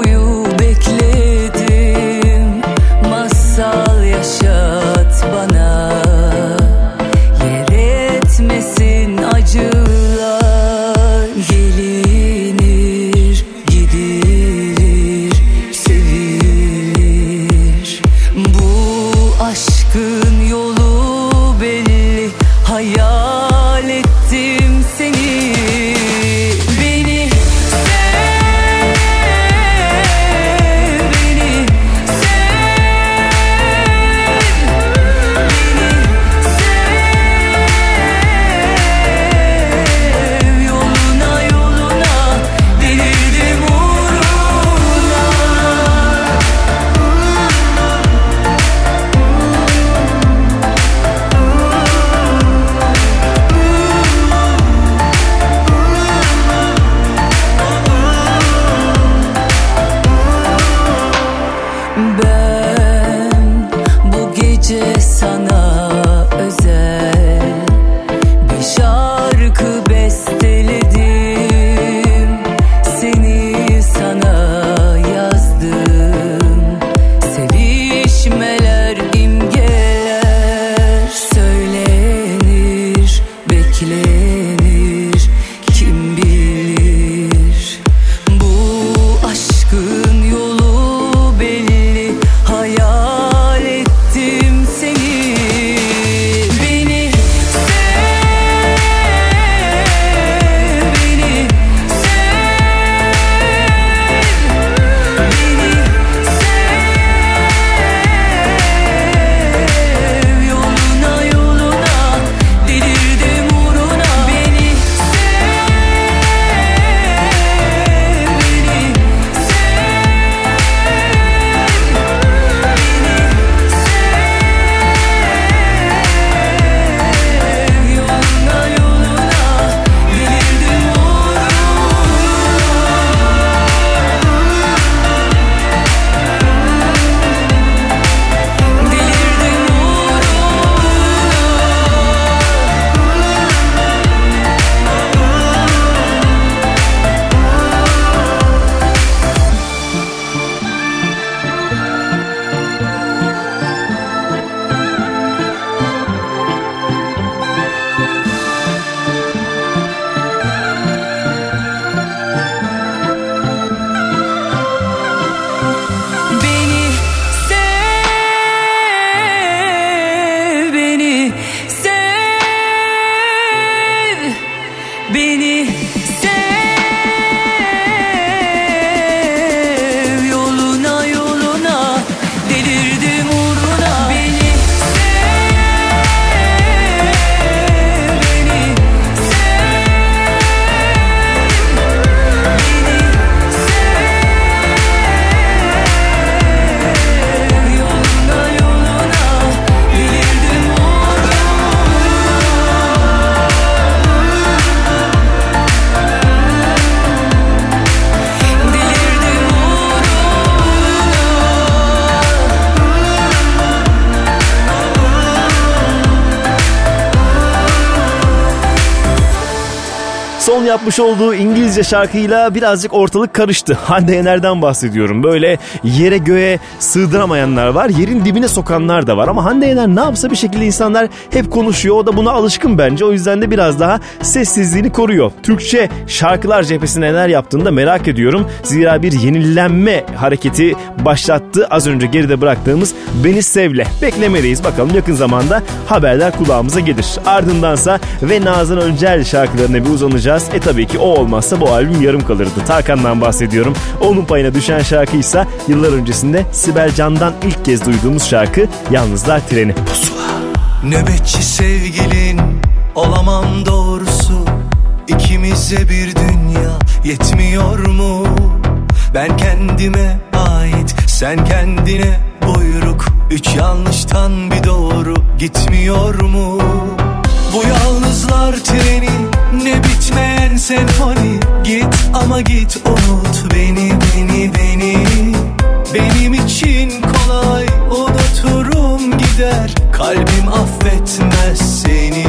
son yapmış olduğu İngilizce şarkıyla birazcık ortalık karıştı. Hande Yener'den bahsediyorum. Böyle yere göğe sığdıramayanlar var, yerin dibine sokanlar da var. Ama Hande Yener ne yapsa bir şekilde insanlar hep konuşuyor. O da buna alışkın bence. O yüzden de biraz daha sessizliğini koruyor. Türkçe şarkılar cephesinde neler yaptığını da merak ediyorum. Zira bir yenilenme hareketi başlattı az önce geride bıraktığımız Beni Sevle. Beklemedeyiz, bakalım yakın zamanda haberler kulağımıza gelir. Ardındansa ve Nazan Öncel şarkılarına bir uzanacağız. E tabii ki o olmazsa bu albüm yarım kalırdı. Tarkan'dan bahsediyorum. Onun payına düşen şarkıysa yıllar öncesinde Sibel Can'dan ilk kez duyduğumuz şarkı Yalnızlar Treni. Pusula. Nöbetçi sevgilin olamam doğrusu, İkimize bir dünya yetmiyor mu? Ben kendime ait, sen kendine buyruk. Üç yanlıştan bir doğru gitmiyor mu? Bu yalnızlar treni, ne bitmeyen senfoni. Git ama git, unut beni, beni, beni. Benim için kolay, unuturum gider. Kalbim affetmez seni.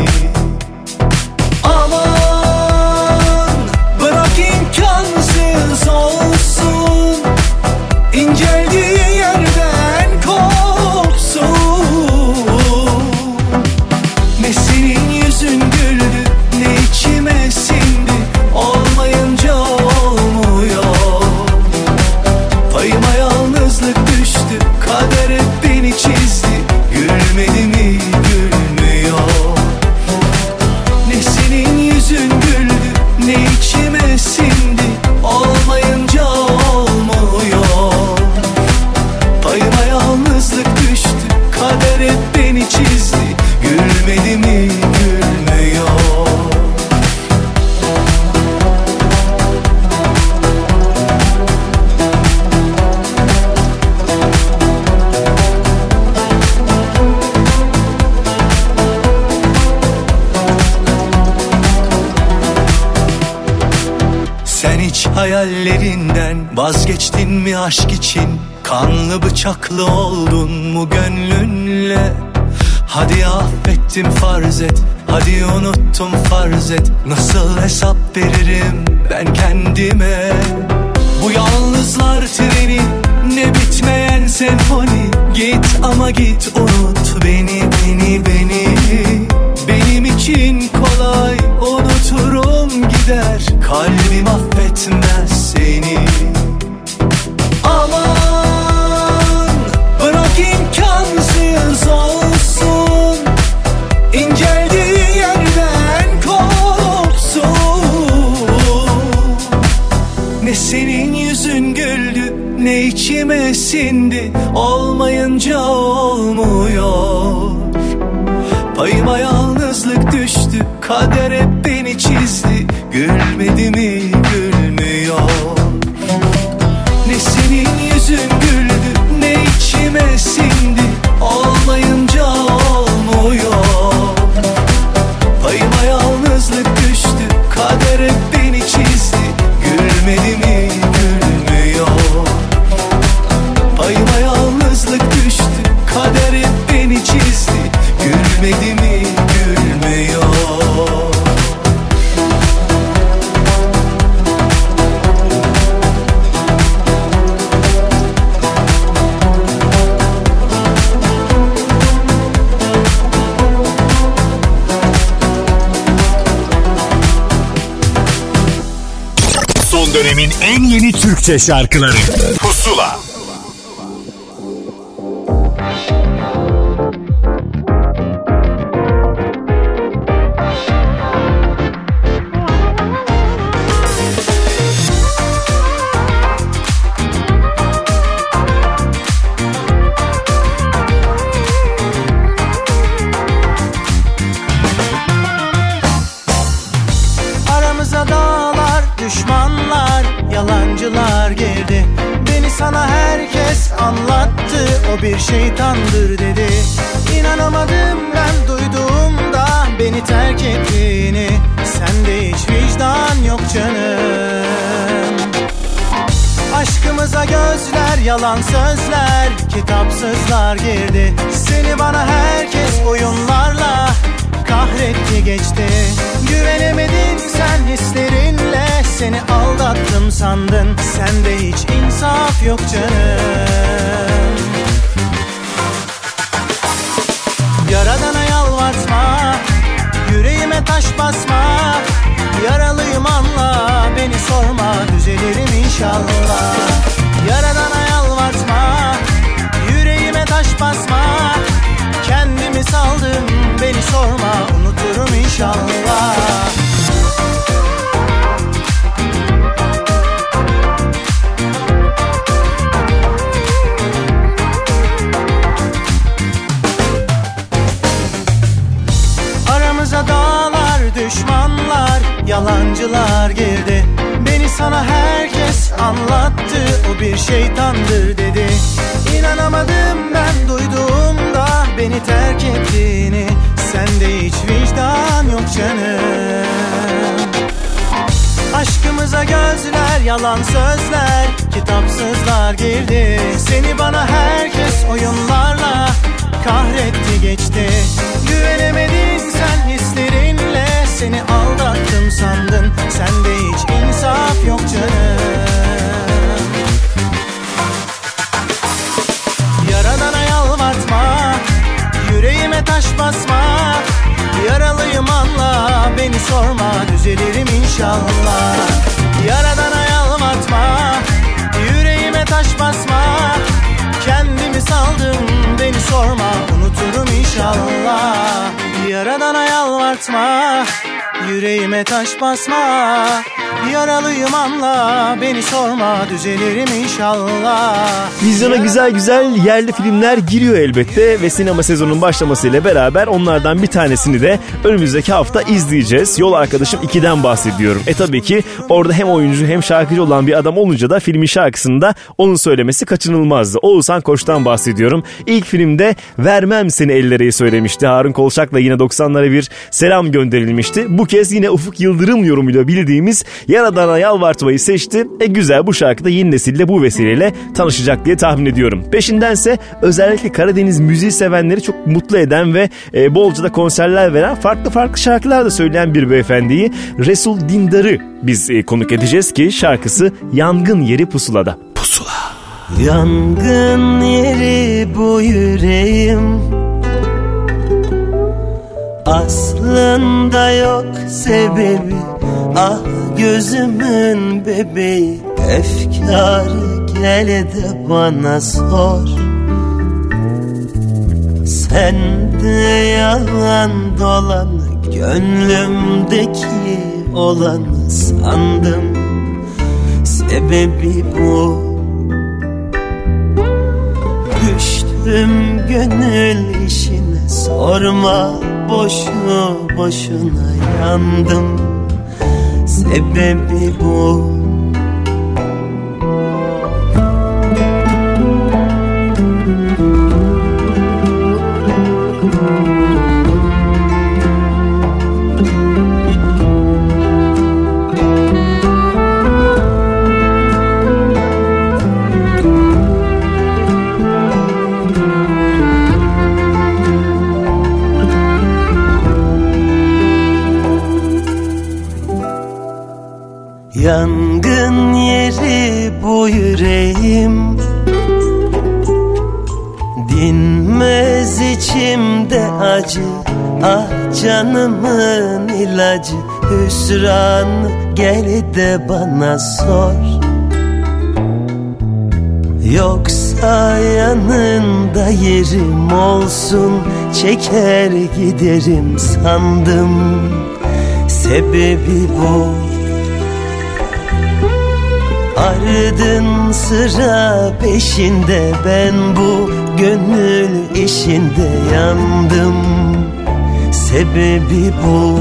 Aman bırak imkansız olsun, İnceldiği yerden kopsun. Ne senin yüzün güldü, ne içime sindi. Olmayınca olmuyor. Payıma yalnızlık düştü, kader hep beni çizdi. Gülmedi mi gülmüyor. Ne senin yüzün güldü, ne içime sindi. Olmayınca olmuyor. Payıma yalnızlık düştü, kader hep beni çizdi. Gülmedi mi gülmüyor. Sen hiç hayallerinden vazgeçtin mi aşk için? Kanlı bıçaklı oldun mu gönlünle? Hadi affettim farz et, hadi unuttum farz et. Nasıl hesap veririm ben kendime? Bu yalnızlar treni, ne bitmeyen senfoni. Git ama git, unut beni, beni, beni. Benim için kolay, unuturum gider. Kalbim affetmez seni. Aman bırak imkansız olsun, İnceldiği yerden kopsun. Ne senin yüzün güldü, ne içime sindi. Olmayınca olmuyor. Payıma yalnızlık düştü, kader hep beni çizdi. Gülmedi mi gülmüyor. Ne senin yüzün güldü, ne içime sindi. Olmayınca olmuyor. Payıma yalnızlık düştü, kader hep beni çizdi. Gülmedi mi gülmüyor. Payıma yalnızlık düştü, kader hep beni çizdi. Gülmedi mi gülmüyor. Son dönemin en yeni Türkçe şarkıları Pusula. Aramıza dağlar, düşmanlar, yalancılar girdi. Beni sana herkes anlattı, o bir şeytandır dedi. İnanamadım ben duyduğumda beni terk ettiğini. Sende hiç vicdan yok canım. Aşkımıza gözler, yalan sözler, kitapsızlar girdi. Seni bana herkes oyunlarla kahretti geçti. Güvenemedin sen hislerinle, seni aldattım sandın. Sende hiç insaf yok canım. Yaradana yalvartma, yüreğime taş basma. Yaralıyım anla, beni sorma, düzelirim inşallah. Yaradana yalvartma, yüreğime taş basma. Kendimi saldım, beni sorma, unuturum inşallah. Aramıza dağlar, düşmanlar, yalancılar girdi. Beni sana herkes anlattı, o bir şeytandır dedi. İnanamadım ben duyduğumda beni terk ettiğini. Sende hiç vicdan yok canım. Aşkımıza gözler, yalan sözler, kitapsızlar girdi. Seni bana herkes oyunlarla kahretti geçti. Güvenemedin sen hislerinle, seni aldattım sandın. Sende hiç insaf yok canım. Yaradana yalvartma, yüreğime taş basma. Yaralıyım anla, beni sorma, düzelirim inşallah. Yaradana yalvartma, yüreğime taş basma. Kendimi saldım, beni sorma, unuturum inşallah. Yaradana yalvartma, yüreğime taş basma. Yaralıyım anla, beni sorma, düzelirim inşallah. Vizyona güzel güzel yerli filmler giriyor elbette ve sinema sezonunun başlamasıyla beraber onlardan bir tanesini de önümüzdeki hafta izleyeceğiz. Yol Arkadaşım ikiden bahsediyorum. E tabii ki orada hem oyuncu hem şarkıcı olan bir adam olunca da filmin şarkısını da onun söylemesi kaçınılmazdı. Oğuzhan Koç'tan bahsediyorum. İlk filmde Vermem Seni Ellere'yi söylemişti. Harun Kolçak'la yine doksanlara bir selam gönderilmişti. Bu kez yine Ufuk Yıldırım yorumuyla bildiğimiz Yaradana Yalvartmayı seçti. E güzel, bu şarkıda yeni nesille bu vesileyle tanışacak diye tahmin ediyorum. Peşindense özellikle Karadeniz müziği sevenleri çok mutlu eden ve e, bolca da konserler veren, farklı farklı şarkılar da söyleyen bir beyefendiyi, Resul Dindar'ı biz e, konuk edeceğiz ki şarkısı Yangın Yeri Pusula'da. Pusula. Yangın yeri bu yüreğim, aslında yok sebebi. Ah gözümün bebeği, efkarı gel de bana sor. Sende yalan dolan, gönlümdeki olanı sandım. Sebebi bu. Düştüm gönül işine, sorma boşu boşuna yandım. Sebebi bu. Yangın yeri bu yüreğim, dinmez içimde acı. Ah canımın ilacı, hüsran gel de bana sor. Yoksa yanında yerim olsun, çeker giderim sandım. Sebebi bu. Ardın sıra peşinde, ben bu gönül işinde yandım. Sebebi bu.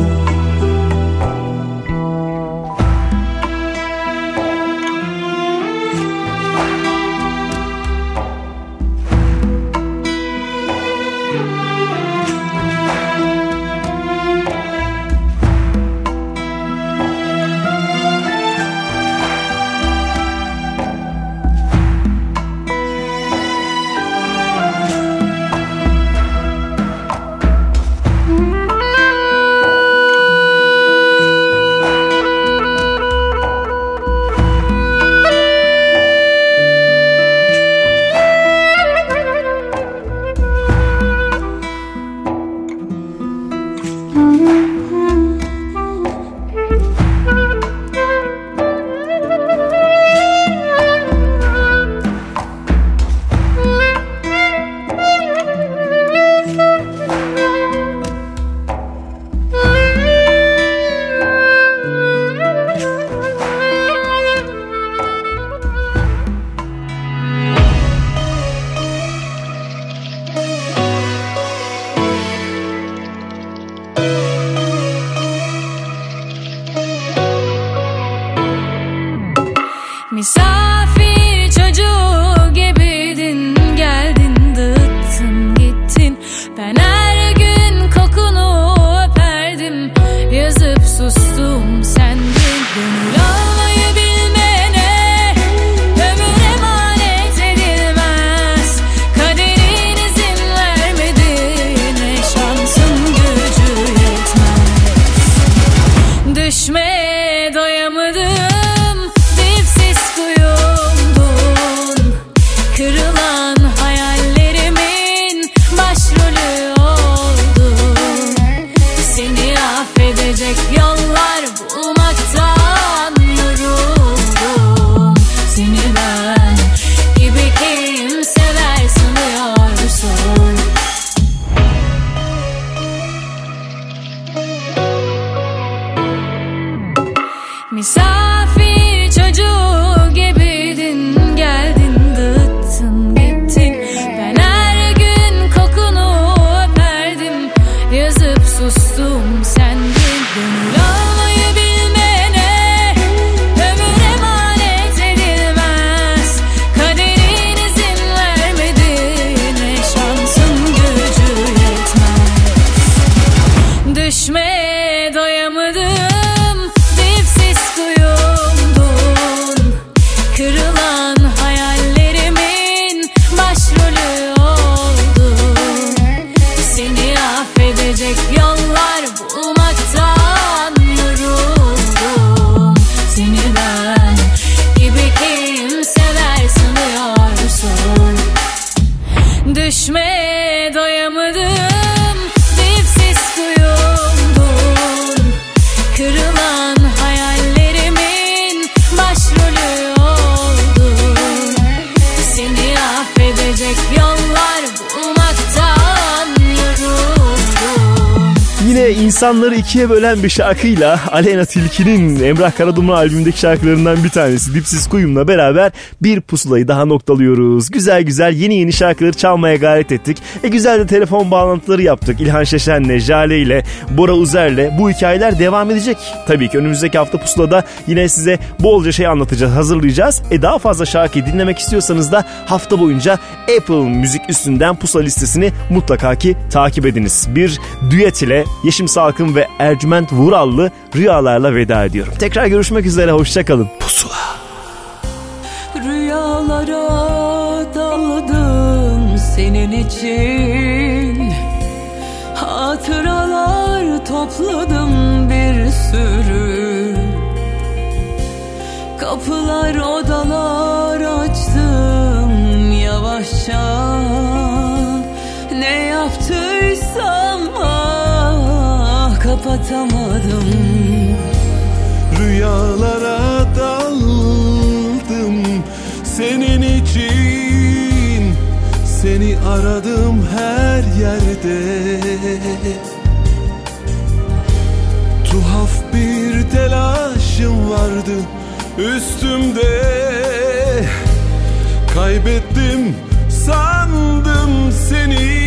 ben gibi kimseler sanıyorsun. Misafir çocuğu gibiydin, geldin dağıttın gittin. Ben her gün kokunu öperdim, yazıp sustum sendin. Gönül almayı bilmene ömür emanet edilmez. Kaderin izin vermedi, ne şansın gücü yetmez. Düşmeye doyamadım, kırılan hayallerimin başrolü oldum. Seni affedecek yollar bulmaktan yoruldum. Seni ben gibi kimseler sanıyorsun. Düşmeye doyamadım, dipsiz kuyumdum. Kırılan hayallerimin başrolü oldum. Seni affedecek yollar bulmaktan yoruldum. Yine insanları ikiye bölen bir şarkıyla Aleyna Tilki'nin Emrah Karaduman albümündeki şarkılarından bir tanesi Dipsiz Kuyum'la beraber bir pusulayı daha noktalıyoruz. Güzel güzel yeni yeni şarkıları çalmaya gayret ettik. E güzel de telefon bağlantıları yaptık. İlhan Şeşen'le, Jale ile, Bora Uzer'le. Bu hikayeler devam edecek. Tabii ki önümüzdeki hafta pusulada yine size bolca şey anlatacağız, hazırlayacağız. E daha fazla şarkıyı dinlemek istiyorsanız da hafta boyunca Apple Müzik üstünden pusula listesini mutlaka ki takip ediniz. Bir düet ile Yeşim Salkım ve Ercüment Vurallı Rüyalarla veda ediyorum. Tekrar görüşmek üzere, hoşçakalın. Pusula. Rüyalara daldım senin için, hatıralar topladım bir sürü. Kapılar, odalar açtım yavaşça. Ne yaptıysam ah, kapatamadım. Rüyalara daldım senin için, seni aradım her yerde. Tuhaf bir telaşım vardı üstümde, kaybettim sandım seni.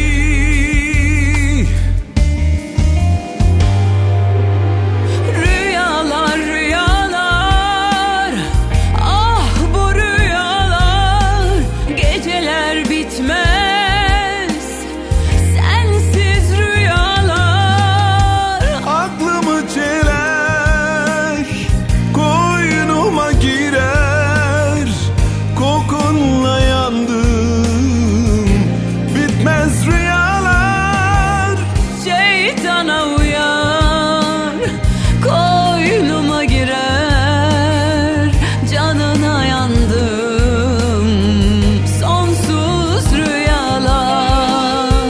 Rüyalar rüyalar, ah bu rüyalar, geceler bitmez sensiz rüyalar. Aklımı çeler, koynuma girer, kokunla yandım, bitmez rüyalar. Şeytana uyar, koynuma girer, canına yandım, sonsuz rüyalar.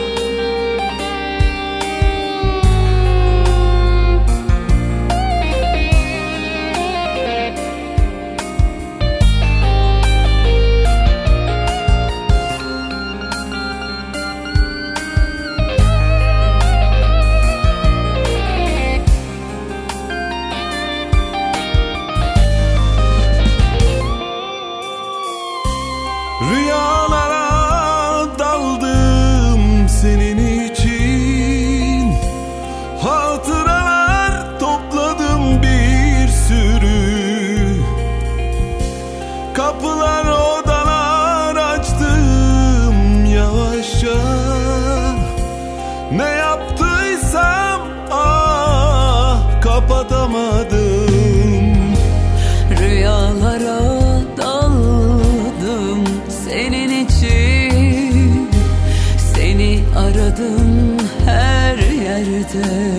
Rüyalara daldım senin için, hatıralar topladım bir sürü. Kapılar, odalar açtım yavaşça. Ne yaptıysam ah, kapatamadım. Rüyalara daldım senin için, seni aradım her yerde.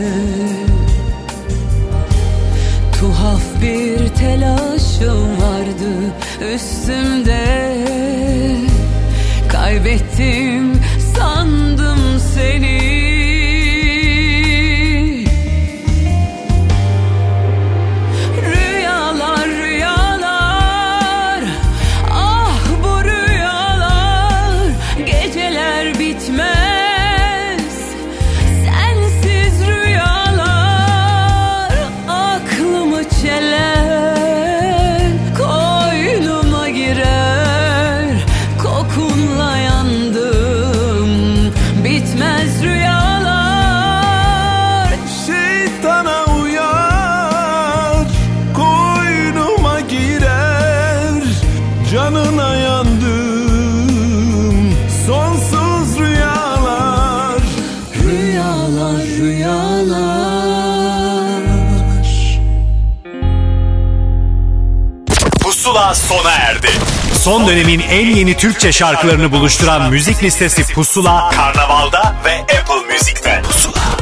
Tuhaf bir telaşım vardı üstümde, kaybettim sandım seni. Rüyalar rüyalar, ah Pusula sona erdi. Son dönemin en yeni Türkçe şarkılarını buluşturan müzik listesi Pusula, Karnaval'da ve Apple Music'te. Pusula.